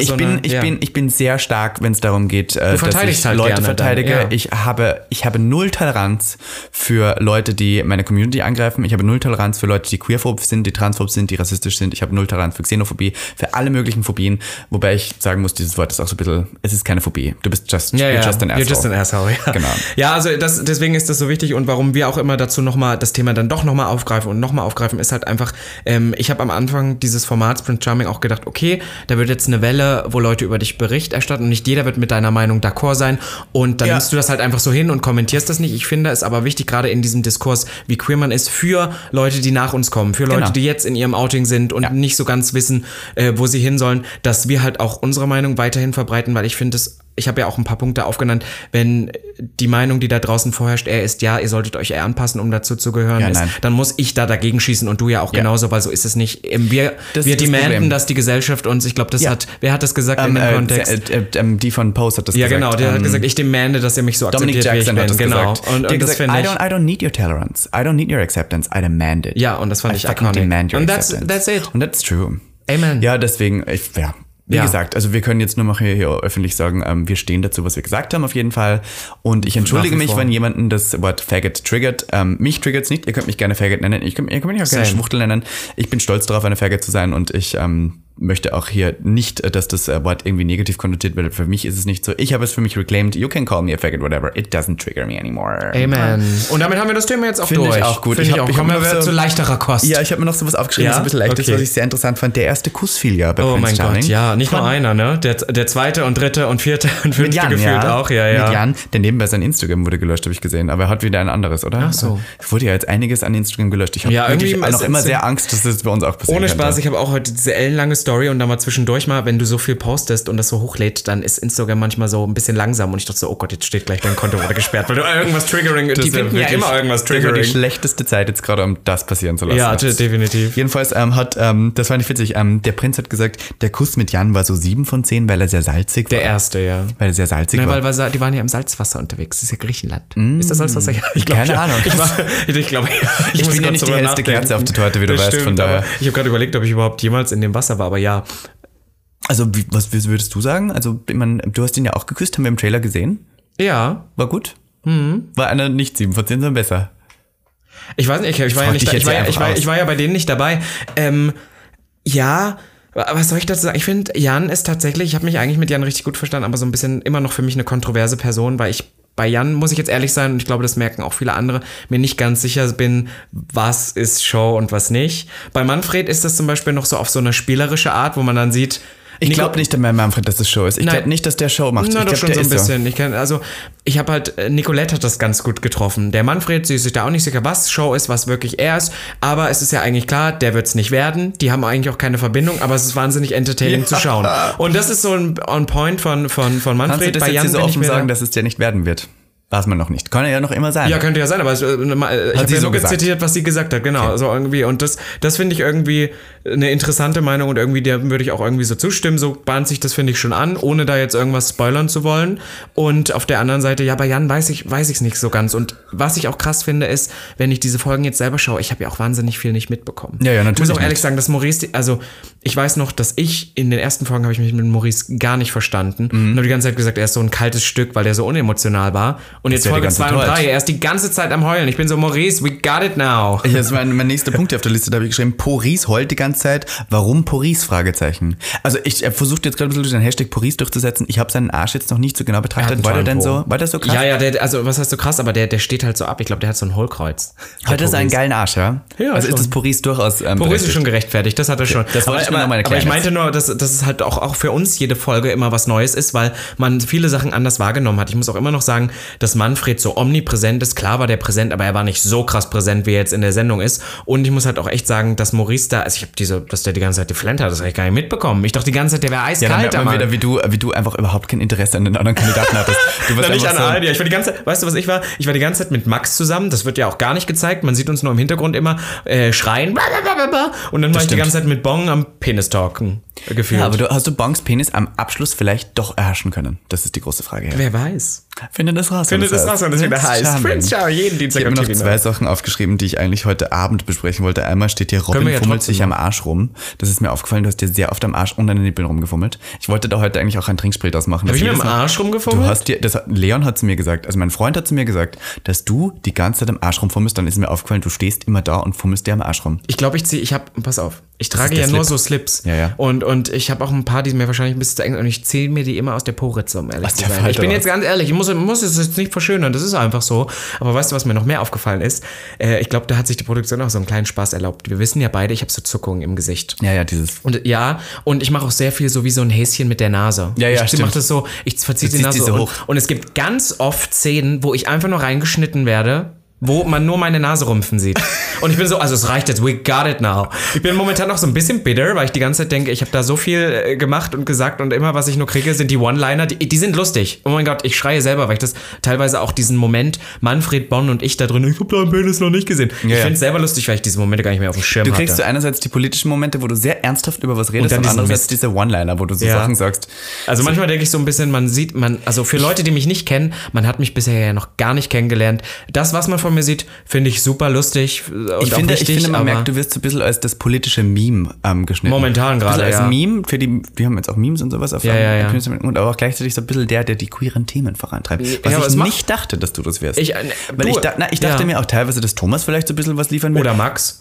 Ich bin sehr stark, wenn es darum geht, dass ich halt Leute verteidige. Ja. Ich habe null Toleranz für Leute, die meine Community angreifen. Ich habe null Toleranz für Leute, die queerphob sind, die transphob sind, die rassistisch sind. Ich habe null Toleranz für Xenophobie, für alle möglichen Phobien. Wobei ich sagen muss, dieses Wort ist auch so ein bisschen, es ist keine Phobie. Du bist just an asshole. You're just an asshole, ja. Genau. Ja, also deswegen ist das so wichtig und warum wir auch immer dazu nochmal das Thema dann doch nochmal aufgreifen, ist halt einfach, ich habe am Anfang dieses Formats Prince Charming auch gedacht, okay, da wird jetzt eine Welle, wo Leute über dich Bericht erstatten und nicht jeder wird mit deiner Meinung d'accord sein und dann nimmst du das halt einfach so hin und kommentierst das nicht. Ich finde es aber wichtig, gerade in diesem Diskurs, wie queer man ist, für Leute, die nach uns kommen, für Leute, die jetzt in ihrem Outing sind und nicht so ganz wissen, wo sie hin sollen, dass wir halt auch unsere Meinung weiterhin verbreiten, weil ich finde ich habe ja auch ein paar Punkte aufgenannt, wenn die Meinung, die da draußen vorherrscht, ist, ihr solltet euch eher anpassen, um dazu zu gehören, dann muss ich da dagegen schießen und du ja auch genauso, weil so ist es nicht. Wir demanden, dass die Gesellschaft uns, ich glaube, wer hat das gesagt in dem Kontext? Die von Post hat das gesagt. Ja, genau, der hat gesagt, ich demande, dass ihr mich so akzeptiert, wie ich bin. Hat das genau. Gesagt. Und das gesagt, I don't need your tolerance. I don't need your acceptance. I demand it. Ja, und das fand ich iconic. Und that's it. Und that's true. Amen. Ja, deswegen, wie gesagt, also wir können jetzt nur mal hier öffentlich sagen, wir stehen dazu, was wir gesagt haben auf jeden Fall. Und ich entschuldige mich, wenn jemanden das Wort Faggot triggert. Mich triggert's nicht, ihr könnt mich gerne Faggot nennen. Ihr könnt mich auch gerne Schwuchtel nennen. Ich bin stolz darauf, eine Faggot zu sein und ich möchte auch hier nicht, dass das Wort irgendwie negativ konnotiert wird. Für mich ist es nicht so. Ich habe es für mich reclaimed. You can call me a faggot, whatever. It doesn't trigger me anymore. Amen. Und damit haben wir das Thema jetzt auch durch. Finde ich auch gut. Ich kommen wir zu leichterer Kost. Ja, ich habe mir noch sowas aufgeschrieben, was ein bisschen leicht ist, was ich sehr interessant fand. Der erste Kuss fiel ja bei Prince Charming. Oh mein Gott, ja. Nicht nur einer, ne? Der zweite und dritte und vierte und fünfte Jan, gefühlt auch. Ja. Mit Jan, der nebenbei sein Instagram wurde gelöscht, habe ich gesehen. Aber er hat wieder ein anderes, oder? Ach so. Es wurde ja jetzt einiges an Instagram gelöscht. Ich habe wirklich noch immer sehr Angst, dass das bei uns auch passiert. Ohne Spaß, ich habe auch heute diese ellenlange Story und dann mal zwischendurch mal, wenn du so viel postest und das so hochlädt, dann ist Instagram manchmal so ein bisschen langsam und ich dachte so, oh Gott, jetzt steht gleich dein Konto wurde gesperrt, weil du irgendwas Triggering, die finden ja immer irgendwas Triggering. Das ist die schlechteste Zeit jetzt gerade, um das passieren zu lassen. Ja, definitiv. Jedenfalls das fand ich witzig, der Prinz hat gesagt, der Kuss mit Jan war so 7 von 10, weil er sehr salzig war. Der erste, ja. Weil er sehr salzig war. Weil die waren ja im Salzwasser unterwegs, das ist ja Griechenland. Ist das Salzwasser? Keine Ahnung. Ich glaube, ich bin ja nicht die hellste Kerze auf der Torte, wie du weißt, von daher. Ich habe gerade überlegt, ob ich überhaupt jemals in dem Wasser war, aber ja. Also, was würdest du sagen? Also, ich meine, du hast ihn ja auch geküsst, haben wir im Trailer gesehen. Ja. War gut? War einer nicht 7 von 10, sondern besser? Ich weiß nicht, ich war ja bei denen nicht dabei. Ja, was soll ich dazu sagen? Ich finde, Jan ist tatsächlich, ich habe mich eigentlich mit Jan richtig gut verstanden, aber so ein bisschen immer noch für mich eine kontroverse Person, weil ich bei Jan, muss ich jetzt ehrlich sein, und ich glaube, das merken auch viele andere, mir nicht ganz sicher bin, was ist Show und was nicht. Bei Manfred ist das zum Beispiel noch so auf so eine spielerische Art, wo man dann sieht, ich glaube nicht an Manfred, dass das Show ist. Ich glaube nicht, dass der Show macht. Na, ich doch glaube, schon so ein bisschen. Ich habe halt, Nicolette hat das ganz gut getroffen. Der Manfred, sie ist sich da auch nicht sicher, was Show ist, was wirklich er ist. Aber es ist ja eigentlich klar, der wird es nicht werden. Die haben eigentlich auch keine Verbindung, aber es ist wahnsinnig entertaining zu schauen. Und das ist so ein On-Point von Manfred. Kannst du das bei jetzt Jan hier so offen sagen, dass es der nicht werden wird? Weiß man noch nicht. Kann er ja noch immer sein. Ja, könnte ja sein, aber ich habe ja nur zitiert, was sie gesagt hat, genau. Okay. So irgendwie. Und das finde ich irgendwie eine interessante Meinung und irgendwie, der würde ich auch irgendwie so zustimmen. So bahnt sich das, finde ich, schon an, ohne da jetzt irgendwas spoilern zu wollen. Und auf der anderen Seite, ja, bei Jan weiß ich's nicht so ganz. Und was ich auch krass finde, ist, wenn ich diese Folgen jetzt selber schaue, ich habe ja auch wahnsinnig viel nicht mitbekommen. Ja, natürlich. Ich muss auch ehrlich sagen, dass Maurice, also ich weiß noch, dass ich in den ersten Folgen habe ich mich mit Maurice gar nicht verstanden. Und habe die ganze Zeit gesagt, er ist so ein kaltes Stück, weil der so unemotional war. Und jetzt Folge 2 und 3, er ist die ganze Zeit am Heulen. Ich bin so, Maurice, we got it now. Das ist mein nächster Punkt hier auf der Liste, da habe ich geschrieben, Maurice heult die ganze Zeit. Warum Maurice? Fragezeichen. Also ich versuche jetzt gerade ein bisschen den Hashtag Maurice durchzusetzen. Ich habe seinen Arsch jetzt noch nicht so genau betrachtet. War das so krass? Ja, also was heißt so krass, aber der steht halt so ab. Ich glaube, der hat so ein Hohlkreuz. Hat er so einen geilen Arsch, ja? Ja, also schon. Ist das Maurice durchaus Maurice ist schon gerechtfertigt, das hat er schon. Das wollte ich mir nochmal erklären. Aber ich meinte nur, dass es halt auch für uns jede Folge immer was Neues ist, weil man viele Sachen anders wahrgenommen hat. Ich muss auch immer noch sagen, dass dass Manfred so omnipräsent ist. Klar war der präsent, aber er war nicht so krass präsent, wie er jetzt in der Sendung ist. Und ich muss halt auch echt sagen, dass Maurice da, also dass der die ganze Zeit geflennt hat, das habe ich gar nicht mitbekommen. Ich dachte die ganze Zeit, der wäre eiskalt. Ja, dann merkt man wieder, wie du einfach überhaupt kein Interesse an den anderen Kandidaten hattest. Du warst nicht an allen, ja. Ich war die ganze Zeit, weißt du, was ich war? Ich war die ganze Zeit mit Max zusammen, das wird ja auch gar nicht gezeigt, man sieht uns nur im Hintergrund immer schreien. Und dann war ich die ganze Zeit mit Bong am Penis-Talken gefühlt. Ja, aber hast du Bongs Penis am Abschluss vielleicht doch erhaschen können? Das ist die große Frage. Ja. Wer weiß. Finde das raus. Finde das raus, wenn es wieder heißt. Prince Charming, jeden Dienstag. Ich habe noch 2 Sachen aufgeschrieben, die ich eigentlich heute Abend besprechen wollte. Einmal steht hier, Robin fummelt sich am Arsch rum. Das ist mir aufgefallen, du hast dir sehr oft am Arsch und an den Nippeln rumgefummelt. Ich wollte da heute eigentlich auch ein Trinkspiel draus machen. Habe ich mir am Arsch rumgefummelt? Leon hat zu mir gesagt, also mein Freund hat zu mir gesagt, dass du die ganze Zeit am Arsch rumfummelst. Dann ist mir aufgefallen, du stehst immer da und fummelst dir am Arsch rum. Ich glaube, pass auf, ich trage ja nur so Slips. Ja. Und ich habe auch ein paar, die mir wahrscheinlich ein bisschen zu eng sind und ich zähle mir die immer aus der Po-Ritze, um ehrlich zu sein. Ich bin jetzt ganz ehrlich, ich muss es jetzt nicht verschönern, das ist einfach so. Aber weißt du, was mir noch mehr aufgefallen ist? Ich glaube, da hat sich die Produktion auch so einen kleinen Spaß erlaubt. Wir wissen ja beide, ich habe so Zuckungen im Gesicht. Ja, dieses. Und ich mache auch sehr viel so wie so ein Häschen mit der Nase. Ja, ich mache das so, ich verziehe die Nase so hoch. Und es gibt ganz oft Szenen, wo ich einfach nur reingeschnitten werde, wo man nur meine Nase rümpfen sieht. Und ich bin so, also es reicht jetzt, we got it now. Ich bin momentan noch so ein bisschen bitter, weil ich die ganze Zeit denke, ich habe da so viel gemacht und gesagt und immer, was ich nur kriege, sind die One-Liner, die sind lustig. Oh mein Gott, ich schreie selber, weil ich das teilweise auch diesen Moment, Manfred, Bonn und ich da drin, ich habe deinen Penis noch nicht gesehen. Ich finde es selber lustig, weil ich diese Momente gar nicht mehr auf dem Schirm hatte. Du kriegst so einerseits die politischen Momente, wo du sehr ernsthaft über was redest und andererseits diese One-Liner, wo du so Sachen sagst. Also manchmal denke ich so ein bisschen, also für Leute, die mich nicht kennen, man hat mich bisher ja noch gar nicht kennengelernt. Das, was man von mir sieht, finde ich super lustig und ich finde, man merkt, du wirst so ein bisschen als das politische Meme geschnitten. Momentan gerade, als Meme, wir haben jetzt auch Memes und sowas auf und aber auch gleichzeitig so ein bisschen der die queeren Themen vorantreibt. Was ich nicht dachte, dass du das wärst. Ich dachte mir auch teilweise, dass Thomas vielleicht so ein bisschen was liefern will. Oder Max.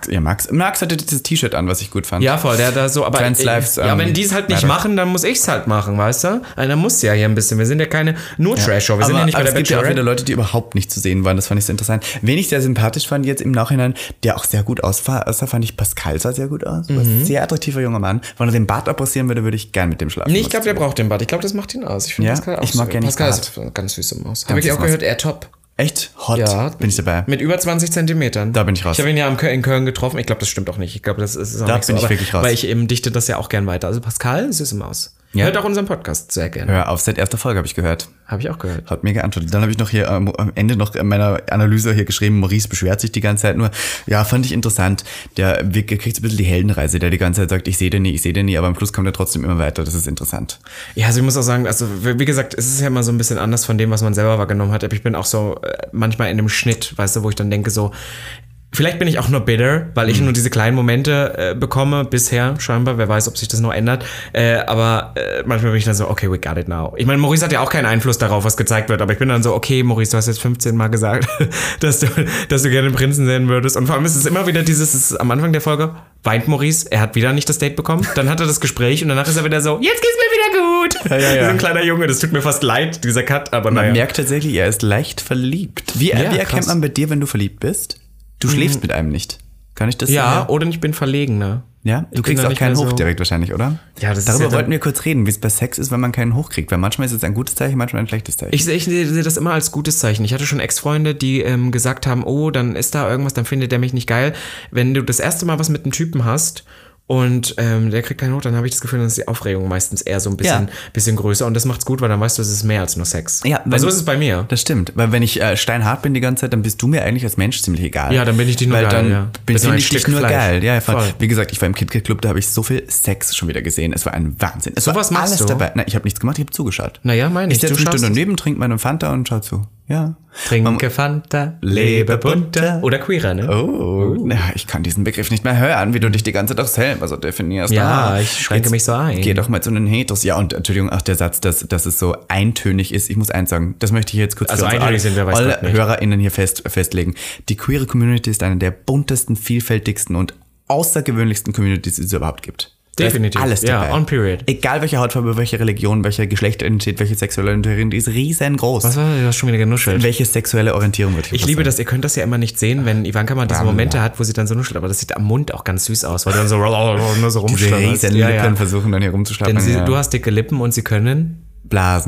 Max hatte dieses T-Shirt an, was ich gut fand. Ja, voll, der da so, aber wenn die es halt nicht machen, dann muss ich es halt machen, weißt du? Dann muss ja hier ein bisschen, wir sind ja keine nur Trash-Show, wir sind ja nicht bei der Bachelorette. Es gibt ja auch wieder Leute, die überhaupt nicht zu sehen waren, das fand ich so interessant. Wen ich sehr sympathisch fand jetzt im Nachhinein, der auch sehr gut aussah, fand ich Pascal sah sehr gut aus. Ein sehr attraktiver junger Mann. Wenn er den Bart abrasieren würde, würde ich gern mit dem schlafen. Nee, ich glaube, der braucht den Bart. Ich glaube, das macht ihn aus. Ich finde Pascal auch ich mag gerne Pascal ist ganz süße Maus. Habe ich auch gehört, er top. Echt? Hot? Ja. Bin ich dabei. Mit über 20 Zentimetern. Da bin ich raus. Ich habe ihn ja in Köln getroffen. Ich glaube, das stimmt auch nicht. Ich glaube, das ist auch da nicht so. Da bin ich wirklich raus. Weil ich eben dichte das ja auch gern weiter. Also Pascal, süße Maus. Ja. Hört auch unseren Podcast sehr gerne. Hör auf, seit erster Folge habe ich gehört. Habe ich auch gehört. Hat mir geantwortet. Dann habe ich noch hier am Ende noch in meiner Analyse hier geschrieben, Maurice beschwert sich die ganze Zeit nur. Ja, fand ich interessant. Der kriegt so ein bisschen die Heldenreise, der die ganze Zeit sagt, ich sehe den nie, aber am Schluss kommt er trotzdem immer weiter. Das ist interessant. Ja, also ich muss auch sagen, also wie gesagt, es ist ja immer so ein bisschen anders von dem, was man selber wahrgenommen hat. Aber ich bin auch so manchmal in dem Schnitt, weißt du, wo ich dann denke so, vielleicht bin ich auch nur bitter, weil ich nur diese kleinen Momente bekomme, bisher scheinbar. Wer weiß, ob sich das noch ändert. Aber manchmal bin ich dann so, okay, we got it now. Ich meine, Maurice hat ja auch keinen Einfluss darauf, was gezeigt wird. Aber ich bin dann so, okay, Maurice, du hast jetzt 15 Mal gesagt, dass du gerne den Prinzen sehen würdest. Und vor allem ist es immer wieder am Anfang der Folge, weint Maurice, er hat wieder nicht das Date bekommen. Dann hat er das Gespräch und danach ist er wieder so, jetzt geht's mir wieder gut. Ja. So ein kleiner Junge, das tut mir fast leid, dieser Cut. Aber man merkt tatsächlich, er ist leicht verliebt. Wie erkennt man bei dir, wenn du verliebt bist? Du schläfst mit einem nicht. Kann ich das sagen? Ja, oder ich bin verlegener. Ja, du kriegst auch keinen hoch direkt wahrscheinlich, oder? Ja, das Darüber ist wollten wir kurz reden, wie es bei Sex ist, wenn man keinen hochkriegt. Weil manchmal ist es ein gutes Zeichen, manchmal ein schlechtes Zeichen. Ich sehe das immer als gutes Zeichen. Ich hatte schon Ex-Freunde, die gesagt haben, oh, dann ist da irgendwas, dann findet der mich nicht geil. Wenn du das erste Mal was mit einem Typen hast und der kriegt keinen Hoch, dann habe ich das Gefühl, dann ist die Aufregung meistens eher so ein bisschen größer und das macht's gut, weil dann weißt du, es ist mehr als nur Sex. Ja, weil so ist es bei mir. Das stimmt, weil wenn ich steinhart bin die ganze Zeit, dann bist du mir eigentlich als Mensch ziemlich egal. Ja, dann bin ich dich nur geil. Dann finde ich dich nur geil. Ja, voll. Wie gesagt, ich war im KitKat-Club, da habe ich so viel Sex schon wieder gesehen. Es war ein Wahnsinn. Es so was machst du? Dabei. Na, ich habe nichts gemacht, ich habe zugeschaut. Naja, meine ich. Ich setze mich daneben, trinke meine Fanta und schau zu. Ja. Trinke Fanta, lebe bunter. Oder queerer, ne? Oh. Ja, ich kann diesen Begriff nicht mehr hören, wie du dich die ganze Zeit auch selber so definierst. Ja, ich schränke mich so ein. Geh doch mal zu den Heteros. Ja, und Entschuldigung, auch der Satz, dass es so eintönig ist. Ich muss eins sagen, das möchte ich jetzt kurz für alle HörerInnen hier festlegen. Die queere Community ist eine der buntesten, vielfältigsten und außergewöhnlichsten Communities, die es überhaupt gibt. Definitiv. Alles dabei. Ja, on period. Egal welche Hautfarbe, welche Religion, welche Geschlechteridentität, welche sexuelle Orientierung, die ist riesengroß. Was war das? Du hast schon wieder genuschelt. Welche sexuelle Orientierung wird ich liebe das, ihr könnt das ja immer nicht sehen, wenn Ivanka mal diese Momente hat, wo sie dann so nuschelt, aber das sieht am Mund auch ganz süß aus, weil du dann so rumschlammst. Diese Riesenlippen versuchen dann hier rumzuschlappen. Denn du hast dicke Lippen und sie können blasen.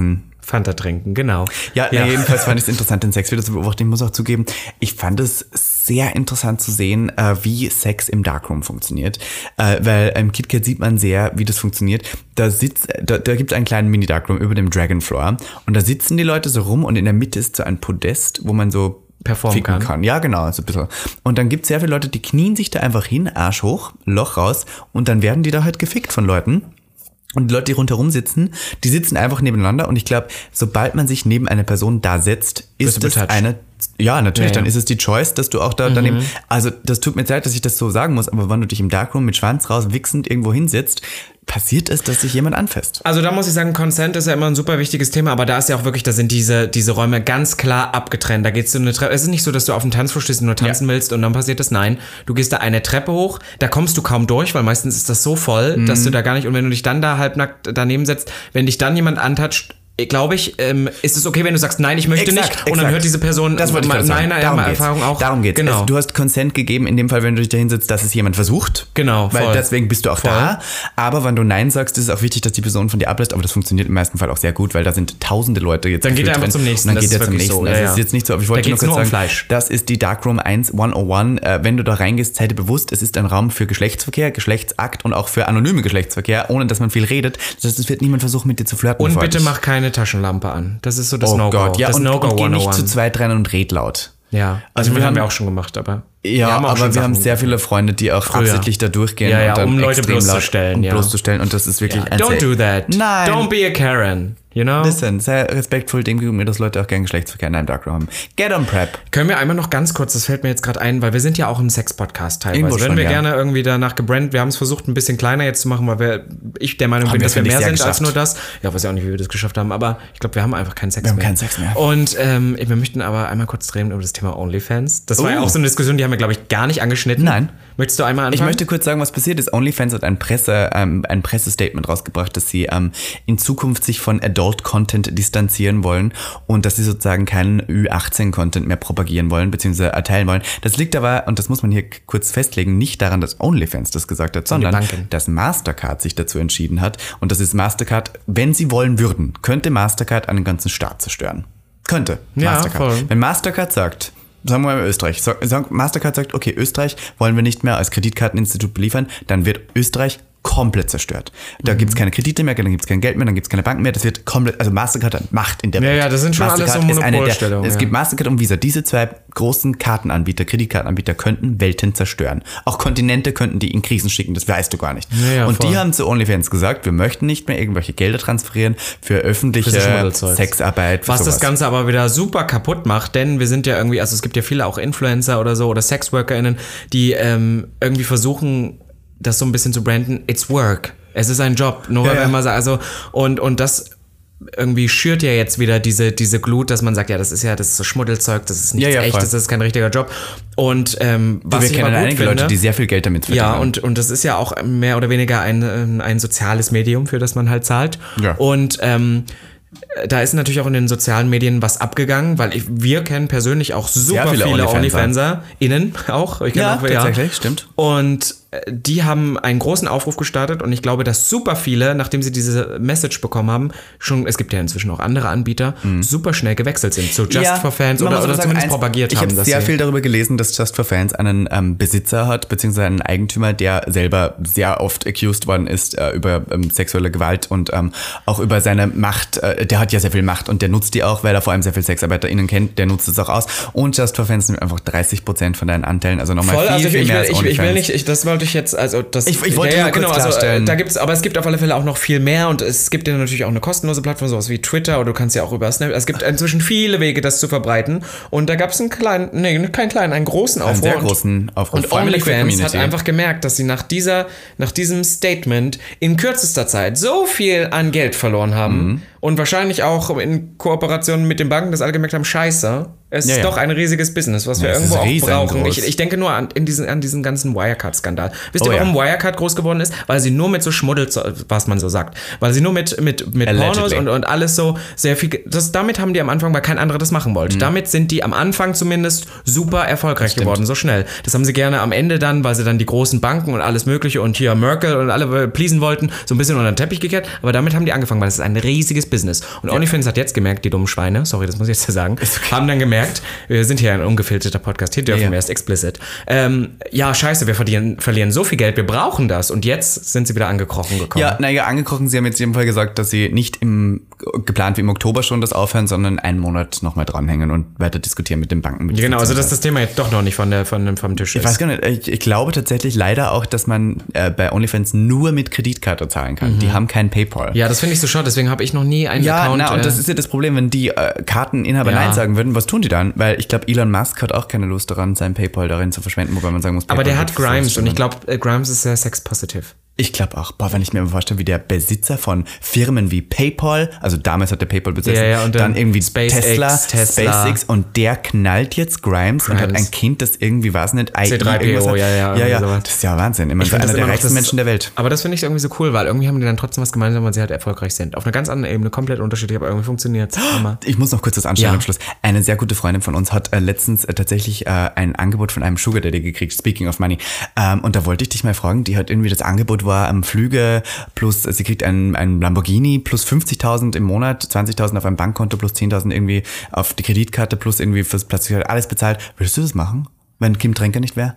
Fanta trinken, genau. Ja. Jedenfalls fand ich es interessant, den Sex wieder zu beobachten. Ich muss auch zugeben, ich fand es sehr interessant zu sehen, wie Sex im Darkroom funktioniert. Weil im KitKat sieht man sehr, wie das funktioniert. Da gibt es einen kleinen Mini-Darkroom über dem Dragonfloor und da sitzen die Leute so rum und in der Mitte ist so ein Podest, wo man so performen kann. Ja, genau, so ein bisschen. Und dann gibt es sehr viele Leute, die knien sich da einfach hin, Arsch hoch, Loch raus und dann werden die da halt gefickt von Leuten. Und die Leute, die rundherum sitzen, die sitzen einfach nebeneinander und ich glaube, sobald man sich neben eine Person da setzt, ist es eine, ja, natürlich, dann ist es die Choice, dass du auch da daneben, also das tut mir leid, dass ich das so sagen muss, aber wenn du dich im Darkroom mit Schwanz raus wichsend irgendwo hinsetzt, passiert es, dass sich jemand anfasst. Also da muss ich sagen, Consent ist ja immer ein super wichtiges Thema, aber da ist ja auch wirklich, da sind diese Räume ganz klar abgetrennt. Da gehst du eine Treppe, es ist nicht so, dass du auf den Tanzfloor stehst und nur tanzen willst und dann passiert das. Nein, du gehst da eine Treppe hoch, da kommst du kaum durch, weil meistens ist das so voll, dass du da gar nicht, und wenn du dich dann da halbnackt daneben setzt, wenn dich dann jemand antatscht, glaube ich, ist es okay, wenn du sagst, nein, ich möchte nicht. Und dann hört diese Person, das wollte ich sagen. Erfahrung auch. Darum geht's. Genau. Also, du hast Consent gegeben, in dem Fall, wenn du dich da hinsetzt, dass es jemand versucht. Genau, weil voll. Deswegen bist du auch da. Aber wenn du Nein sagst, ist es auch wichtig, dass die Person von dir ablässt. Aber das funktioniert im meisten Fall auch sehr gut, weil da sind tausende Leute jetzt. Dann geht er einfach zum nächsten. Und dann geht er zum nächsten. So. Also, es ist jetzt nicht so, aber ich wollte nur kurz sagen, Fleisch. Das ist die Darkroom 101. Wenn du da reingehst, sei dir bewusst, es ist ein Raum für Geschlechtsverkehr, Geschlechtsakt und auch für anonyme Geschlechtsverkehr, ohne dass man viel redet. Das heißt, es wird niemand versuchen, mit dir zu flirten. Und bitte mach keine Taschenlampe an. Das ist so das No-Go. Gott, ja, das und No-Go geh nicht zu zweit rennen und red laut. Ja, also wir haben ja auch schon gemacht, aber... Ja, aber wir haben sehr viele Freunde, die auch absichtlich da durchgehen und dann um Leute bloßzustellen. Und das ist wirklich ein Don't do that. Nein. Don't be a Karen. You know? Listen, sei respektvoll dem gegenüber, dass Leute auch gerne Geschlechtsverkehr in einem Darkroom haben. Get on Prep. Können wir einmal noch ganz kurz, das fällt mir jetzt gerade ein, weil wir sind ja auch ein Sex-Podcast teilweise. Wenn wir gerne irgendwie danach gebrannt, wir haben es versucht, ein bisschen kleiner jetzt zu machen, weil ich der Meinung bin, dass wir mehr sind als nur das. Ja, weiß ja auch nicht, wie wir das geschafft haben, aber ich glaube, wir haben einfach keinen Sex mehr. Wir haben keinen Sex mehr. Und wir möchten aber einmal kurz reden über das Thema OnlyFans. Das war ja auch so eine Diskussion, die haben wir, glaube ich, gar nicht angeschnitten. Nein. Möchtest du einmal anfangen? Ich möchte kurz sagen, was passiert ist. OnlyFans hat ein Pressestatement rausgebracht, dass sie in Zukunft sich von Adult-Content distanzieren wollen und dass sie sozusagen keinen Ü18-Content mehr propagieren wollen, beziehungsweise erteilen wollen. Das liegt aber, und das muss man hier kurz festlegen, nicht daran, dass OnlyFans das gesagt hat, sondern dass Mastercard sich dazu entschieden hat. Und das ist Mastercard, wenn sie wollen würden, könnte Mastercard einen ganzen Staat zerstören. Könnte. Mastercard. Voll. Wenn Mastercard sagt, sagen wir mal Österreich, Mastercard sagt, okay, Österreich wollen wir nicht mehr als Kreditkarteninstitut beliefern, dann wird Österreich komplett zerstört. Da gibt es keine Kredite mehr, dann gibt es kein Geld mehr, dann gibt es keine Banken mehr. Das wird komplett, also Mastercard hat Macht in der Welt. Ja, das sind schon Mastercard alles so Monopolstellungen. Es gibt Mastercard und Visa. Diese zwei großen Kartenanbieter, Kreditkartenanbieter könnten Welten zerstören. Auch Kontinente könnten die in Krisen schicken, das weißt du gar nicht. Und die haben zu OnlyFans gesagt, wir möchten nicht mehr irgendwelche Gelder transferieren für öffentliche Sexarbeit. Was das Ganze aber wieder super kaputt macht, denn wir sind ja irgendwie, also es gibt ja viele auch Influencer oder so oder SexworkerInnen, die irgendwie versuchen, das so ein bisschen zu branden, it's work. Es ist ein Job. Nur weil man sagt, also, und das irgendwie schürt ja jetzt wieder diese Glut, dass man sagt, ja, das ist so Schmuddelzeug, das ist nichts Echtes, das ist kein richtiger Job. Und was ich aber gut einige finde, Leute, die sehr viel Geld damit verdienen. Ja, und das ist ja auch mehr oder weniger ein soziales Medium, für das man halt zahlt. Ja. Und da ist natürlich auch in den sozialen Medien was abgegangen, weil wir kennen persönlich auch super viele OnlyFanser-Innen auch. Tatsächlich, stimmt. Und die haben einen großen Aufruf gestartet und ich glaube, dass super viele, nachdem sie diese Message bekommen haben, schon, es gibt ja inzwischen auch andere Anbieter, super schnell gewechselt sind zu Just for Fans oder zumindest propagiert haben. Ich habe sehr viel darüber gelesen, dass Just for Fans einen Besitzer hat, beziehungsweise einen Eigentümer, der selber sehr oft accused worden ist über sexuelle Gewalt und auch über seine Macht. Der hat ja sehr viel Macht und der nutzt die auch, weil er vor allem sehr viel SexarbeiterInnen kennt, der nutzt es auch aus. Und Just for Fans nimmt einfach 30% von deinen Anteilen, also nochmal viel mehr als OnlyFans. Ich will nicht, das wollte ich jetzt, also das... Ich wollte nur kurz klarstellen. Aber es gibt auf alle Fälle auch noch viel mehr und es gibt ja natürlich auch eine kostenlose Plattform, sowas wie Twitter oder du kannst ja auch über Snapchat, es gibt inzwischen viele Wege, das zu verbreiten und da gab es einen großen Aufruhr. Einen sehr großen Aufruhr. Und OnlyFans hat einfach gemerkt, dass sie nach diesem Statement in kürzester Zeit so viel an Geld verloren haben und wahrscheinlich auch in Kooperation mit den Banken, dass alle gemerkt haben, scheiße, Es ist doch ein riesiges Business, was wir irgendwo auch brauchen. Ich denke nur an diesen ganzen Wirecard-Skandal. Wisst ihr, warum Wirecard groß geworden ist? Weil sie nur mit so Schmuddel, was man so sagt, weil sie nur mit Pornos und alles so sehr viel, damit haben die am Anfang, weil kein anderer das machen wollte. Damit sind die am Anfang zumindest super erfolgreich geworden, so schnell. Das haben sie gerne am Ende dann, weil sie dann die großen Banken und alles mögliche und hier Merkel und alle pleasen wollten, so ein bisschen unter den Teppich gekehrt, aber damit haben die angefangen, weil das ist ein riesiges Business. Und OnlyFans hat jetzt gemerkt, die dummen Schweine, sorry, das muss ich jetzt sagen, haben dann gemerkt, wir sind hier ein ungefilterter Podcast, hier dürfen wir erst explicit. Scheiße, wir verlieren so viel Geld, wir brauchen das. Und jetzt sind sie wieder angekrochen gekommen. Ja, angekrochen, sie haben jetzt in jedem Fall gesagt, dass sie nicht geplant wie im Oktober schon das aufhören, sondern einen Monat nochmal dranhängen und weiter diskutieren mit den Banken. Genau, also dass das Thema jetzt doch noch nicht vom Tisch ist. Ich weiß gar nicht, ich glaube tatsächlich leider auch, dass man bei OnlyFans nur mit Kreditkarte zahlen kann. Die haben kein PayPal. Ja, das finde ich so schade, deswegen habe ich noch nie einen Account. Ja, und das ist ja das Problem, wenn die Karteninhaber Nein sagen würden, was tun die dann? Weil ich glaube, Elon Musk hat auch keine Lust daran, sein PayPal darin zu verschwenden, wobei man sagen muss, PayPal aber der hat Grimes und ich glaube, Grimes ist sehr sex-positive. Ich glaube auch, wenn ich mir vorstelle, wie der Besitzer von Firmen wie PayPal, also damals hat der PayPal besessen, und dann irgendwie Tesla, SpaceX und der knallt jetzt Grimes und hat ein Kind, das irgendwie, weiß nicht, C3PO, ja, das ist ja Wahnsinn. Ich meine, einer der reichsten Menschen der Welt. Aber das finde ich irgendwie so cool, weil irgendwie haben die dann trotzdem was gemeinsam, weil sie halt erfolgreich sind. Auf einer ganz anderen Ebene, komplett unterschiedlich, aber irgendwie funktioniert es. Ich muss noch kurz das anstellen am Schluss. Eine sehr gute Freundin von uns hat letztens tatsächlich ein Angebot von einem Sugar Daddy gekriegt, speaking of money. Und da wollte ich dich mal fragen, die hat irgendwie das Angebot war am Flüge plus, sie kriegt ein Lamborghini plus 50.000 im Monat, 20.000 auf einem Bankkonto plus 10.000 irgendwie auf die Kreditkarte plus irgendwie fürs Platz, alles bezahlt. Würdest du das machen, wenn Kim Tränker nicht wäre?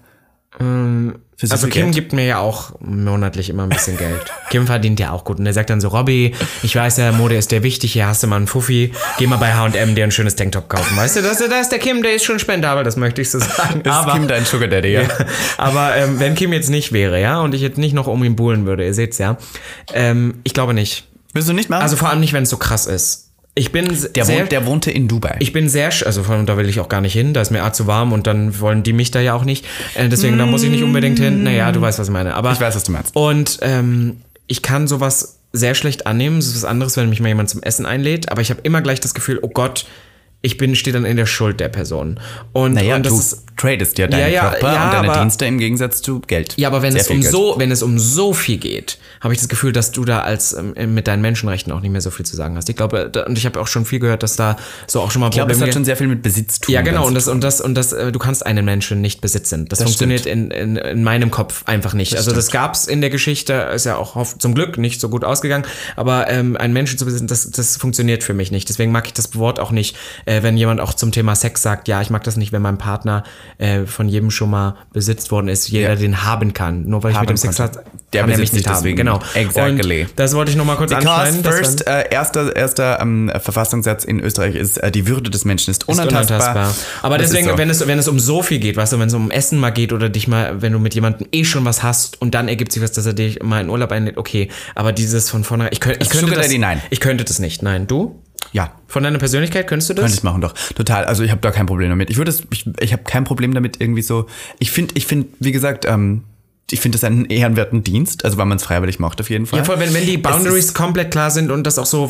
Also Kim gibt mir ja auch monatlich immer ein bisschen Geld. Kim verdient ja auch gut. Und er sagt dann so, Robby, ich weiß ja, Mode ist dir wichtig, hier hast du mal einen Fuffi, geh mal bei H&M dir ein schönes Tanktop kaufen. Weißt du, da ist der Kim, der ist schon spendabel, das möchte ich so sagen. Ist Kim dein Sugar Daddy, ja. Aber wenn Kim jetzt nicht wäre, ja, und ich jetzt nicht noch um ihn buhlen würde, ihr seht's ja, ich glaube nicht. Willst du nicht machen? Also vor allem nicht, wenn es so krass ist. Der wohnte in Dubai. Ich bin also da will ich auch gar nicht hin, da ist mir zu warm und dann wollen die mich da ja auch nicht. Deswegen, da muss ich nicht unbedingt hin. Naja, du weißt, was ich meine. Aber ich weiß, was du meinst. Und ich kann sowas sehr schlecht annehmen. Es ist was anderes, wenn mich mal jemand zum Essen einlädt. Aber ich habe immer gleich das Gefühl, oh Gott, stehe dann in der Schuld der Person. Und du tradest ja deinen Körper und deine Dienste im Gegensatz zu Geld. Ja, aber wenn es um so viel geht, habe ich das Gefühl, dass du da mit deinen Menschenrechten auch nicht mehr so viel zu sagen hast. Ich glaube, und ich habe auch schon viel gehört, dass da so auch schon mal Probleme. Ich glaube, es hat schon sehr viel mit Besitz zu tun. Ja, genau. Du kannst einen Menschen nicht besitzen. Das funktioniert in meinem Kopf einfach nicht. Das gab's in der Geschichte, ist ja auch zum Glück nicht so gut ausgegangen. Aber einen Menschen zu besitzen, das funktioniert für mich nicht. Deswegen mag ich das Wort auch nicht, wenn jemand auch zum Thema Sex sagt, ja, ich mag das nicht, wenn mein Partner von jedem schon mal besitzt worden ist, jeder den haben kann. Nur weil ich mit dem Sex habe, der kann er mich nicht haben. Deswegen. Genau. Exactly. Und das wollte ich noch mal kurz anschneiden. Erster Verfassungssatz in Österreich ist, die Würde des Menschen ist unantastbar. Aber deswegen, so. wenn es um so viel geht, weißt du, wenn es um Essen mal geht oder wenn du mit jemandem schon was hast und dann ergibt sich was, dass er dich mal in Urlaub einlädt, okay. Aber dieses von vornherein, ich könnte das nicht. Nein, du? Ja. Von deiner Persönlichkeit könntest du das? Könnte ich machen, doch. Total. Also ich habe da kein Problem damit. Ich habe kein Problem damit irgendwie so. Ich finde, wie gesagt, ich finde das einen ehrenwerten Dienst, also weil man es freiwillig macht auf jeden Fall. Ja, voll, wenn die Boundaries komplett klar sind und das auch so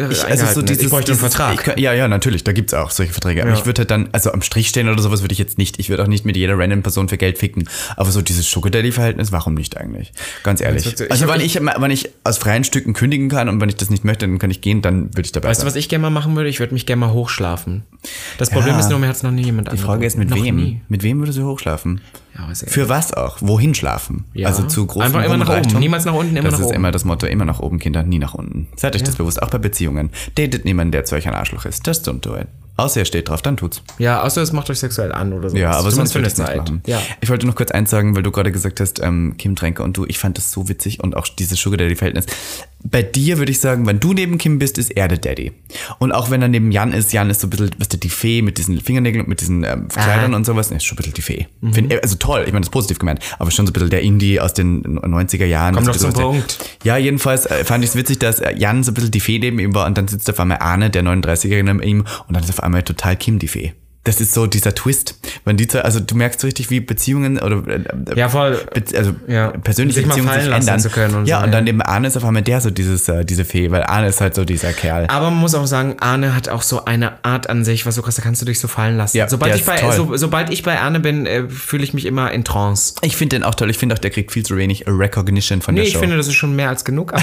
ich bräuchte einen Vertrag. Ja, natürlich, da gibt's auch solche Verträge. Aber ich würde halt dann, also am Strich stehen oder sowas würde ich jetzt nicht. Ich würde auch nicht mit jeder random Person für Geld ficken. Aber so dieses Sugar Daddy-Verhältnis, warum nicht eigentlich? Ganz ehrlich. Also wenn ich aus freien Stücken kündigen kann und wenn ich das nicht möchte, dann kann ich gehen, dann würde ich dabei sein. Weißt du, was ich gerne mal machen würde? Ich würde mich gerne mal hochschlafen. Das Problem ist nur, mir hat es noch nie jemand angeboten. Die Frage ist, mit wem? Nie. Mit wem würdest du hochschlafen? Ja, für was auch? Wohin schlafen? Ja. Also zu großen Einfach immer nach oben. Niemals nach unten, immer nach oben. Das ist immer das Motto. Immer nach oben, Kinder, nie nach unten. Seid euch das bewusst. Auch bei Beziehungen. Datet niemanden, der zu euch ein Arschloch ist. Just don't do it. Außer ihr steht drauf, dann tut's. Ja, außer es macht euch sexuell an oder so. Ja, aber sonst würde ich es nicht machen. Ja. Ich wollte noch kurz eins sagen, weil du gerade gesagt hast, Kim Tränker und du, ich fand das so witzig und auch dieses Sugar Daddy-Verhältnis. Bei dir würde ich sagen, wenn du neben Kim bist, ist er der Daddy. Und auch wenn er neben Jan ist so ein bisschen, was die Fee mit diesen Fingernägeln und mit diesen Kleidern und sowas, ist schon ein bisschen die Fee. Also toll, ich meine, das ist positiv gemeint, aber schon so ein bisschen der Indie aus den 90er Jahren. Kommt doch zum Punkt. Ja, jedenfalls fand ich es witzig, dass Jan so ein bisschen die Fee neben ihm war und dann sitzt auf einmal Arne, der 39-Jährige neben ihm und dann ist auf einmal total Kim die Fee. Das ist so dieser Twist. Wenn die, also du merkst so richtig, wie Beziehungen oder persönliche Beziehungen sich ändern. Zu können und und dann neben Arne ist auf einmal der so diese Fee, weil Arne ist halt so dieser Kerl. Aber man muss auch sagen, Arne hat auch so eine Art an sich, was so krass, da kannst du dich so fallen lassen. Ja, sobald ich bei Arne bin, fühle ich mich immer in Trance. Ich finde den auch toll. Ich finde auch, der kriegt viel zu wenig Recognition von der Show. Ich finde, das ist schon mehr als genug.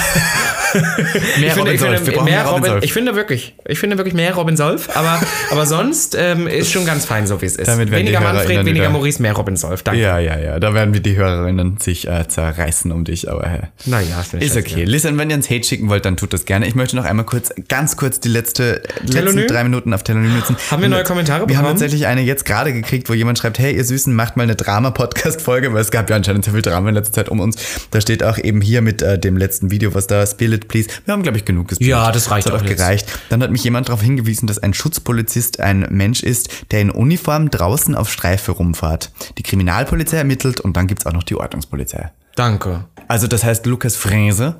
Ich finde wirklich mehr Robin Solf, aber sonst ist schon ganz fein, so wie es ist. Weniger Manfred, weniger Maurice, mehr Robin Solf. Danke. Ja. Da werden wir die Hörerinnen sich zerreißen um dich, aber naja, ist okay. Listen, wenn ihr uns Hate schicken wollt, dann tut das gerne. Ich möchte noch einmal ganz kurz die letzten 3 Minuten auf Telonym nutzen. Haben wir neue Kommentare bekommen? Wir haben tatsächlich eine jetzt gerade gekriegt, wo jemand schreibt, hey, ihr Süßen, macht mal eine Drama-Podcast-Folge, weil es gab ja anscheinend sehr viel Drama in letzter Zeit um uns. Da steht auch eben hier mit dem letzten Video, was da, Spill It Please. Wir haben, glaube ich, genug gespielt. Ja, das reicht auch gereicht. Dann hat mich jemand darauf hingewiesen, dass ein Schutzpolizist ein Mensch ist, der in Uniform draußen auf Streife rumfährt. Die Kriminalpolizei ermittelt und dann gibt's auch noch die Ordnungspolizei. Danke. Also das heißt Lukas Fränse,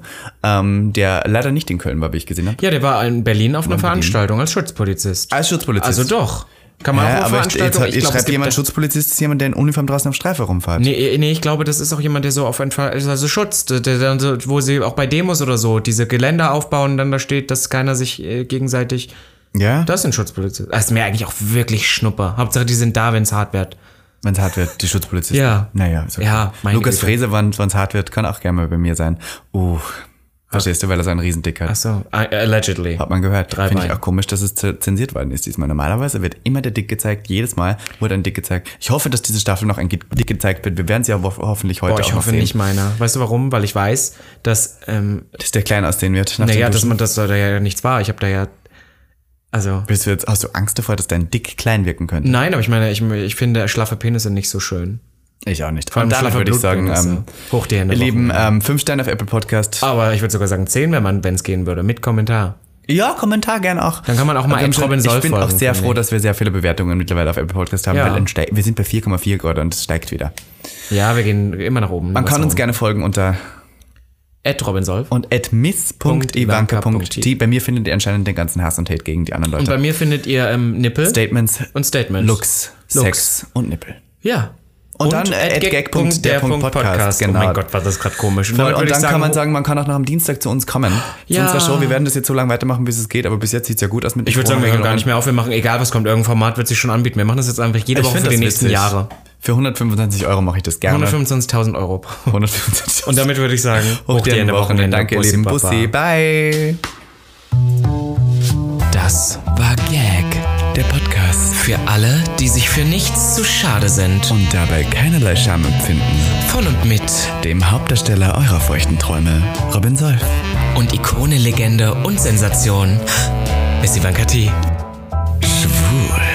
der leider nicht in Köln war, wie ich gesehen habe. Ja, der war in Berlin auf einer Veranstaltung als Schutzpolizist. Als Schutzpolizist? Also doch. Kann man auch auf Veranstaltungen. Ich schreibt jemand Schutzpolizist ist jemand, der in Uniform draußen auf Streife rumfährt. Nee, ich glaube, das ist auch jemand, der so auf einen Fall, also schützt, der dann so, wo sie auch bei Demos oder so diese Geländer aufbauen, dann da steht, dass keiner sich gegenseitig. Ja? Das sind Schutzpolizisten. Das ist mir eigentlich auch wirklich Schnuppe. Hauptsache, die sind da, wenn es hart wird. Wenn es hart wird, die Schutzpolizisten. Ja. Naja, ist okay. Ja, Lukas Frese, wenn es hart wird, kann auch gerne mal bei mir sein. Verstehst du, weil er so einen Riesendick hat. Ach so, allegedly. Hat man gehört. Finde ich auch komisch, dass es zensiert worden ist diesmal. Normalerweise wird immer der Dick gezeigt. Jedes Mal wurde ein Dick gezeigt. Ich hoffe, dass diese Staffel noch ein Dick gezeigt wird. Wir werden sie ja hoffentlich heute auch ich hoffe sehen. Nicht meiner. Weißt du warum? Weil ich weiß, dass der klein aussehen wird. Naja, dass da ja nichts war. Ich habe da ja hast du Angst davor, dass dein Dick klein wirken könnte? Nein, aber ich meine, ich finde schlaffe Penisse nicht so schön. Ich auch nicht. Vor allem damit würde ich sagen, hoch die Hände. Ihr Lieben, 5 Sterne auf Apple Podcast. Aber ich würde sogar sagen 10, wenn es gehen würde, mit Kommentar. Ja, Kommentar gern auch. Dann kann man auch mal Robin Solf folgen. Ich bin auch sehr froh, dass wir sehr viele Bewertungen mittlerweile auf Apple Podcast haben, weil wir sind bei 4,4 gerade und es steigt wieder. Ja, wir gehen immer nach oben. Man kann uns gerne folgen unter @RobinSolf und @miss.ivanka.t. Bei mir findet ihr anscheinend den ganzen Hass und Hate gegen die anderen Leute. Und bei mir findet ihr Nippel, Statements und Statements, Looks, Sex und Nippel. Ja. Und dann @gag.der.podcast. Genau. Oh mein Gott, war das gerade komisch. Und dann kann man sagen, man kann auch noch am Dienstag zu uns kommen. Zu unserer Show. Wir werden das jetzt so lange weitermachen, bis es geht, aber bis jetzt sieht es ja gut aus mit Ich würde sagen, wir hören gar nicht mehr auf. Wir machen, egal was kommt, irgendein Format wird sich schon anbieten. Wir machen das jetzt einfach jede Woche für die nächsten Jahre. Für 125 € mache ich das gerne. 125.000 €. 125.000. Und damit würde ich sagen, hoch die Hände Wochenende. Danke, ihr Lieben. Bussi, bye. Das war Gag, der Podcast für alle, die sich für nichts zu schade sind und dabei keinerlei Scham empfinden. Von und mit dem Hauptdarsteller eurer feuchten Träume, Robin Solf. Und Ikone, Legende und Sensation ist Ivanka T. Schwul.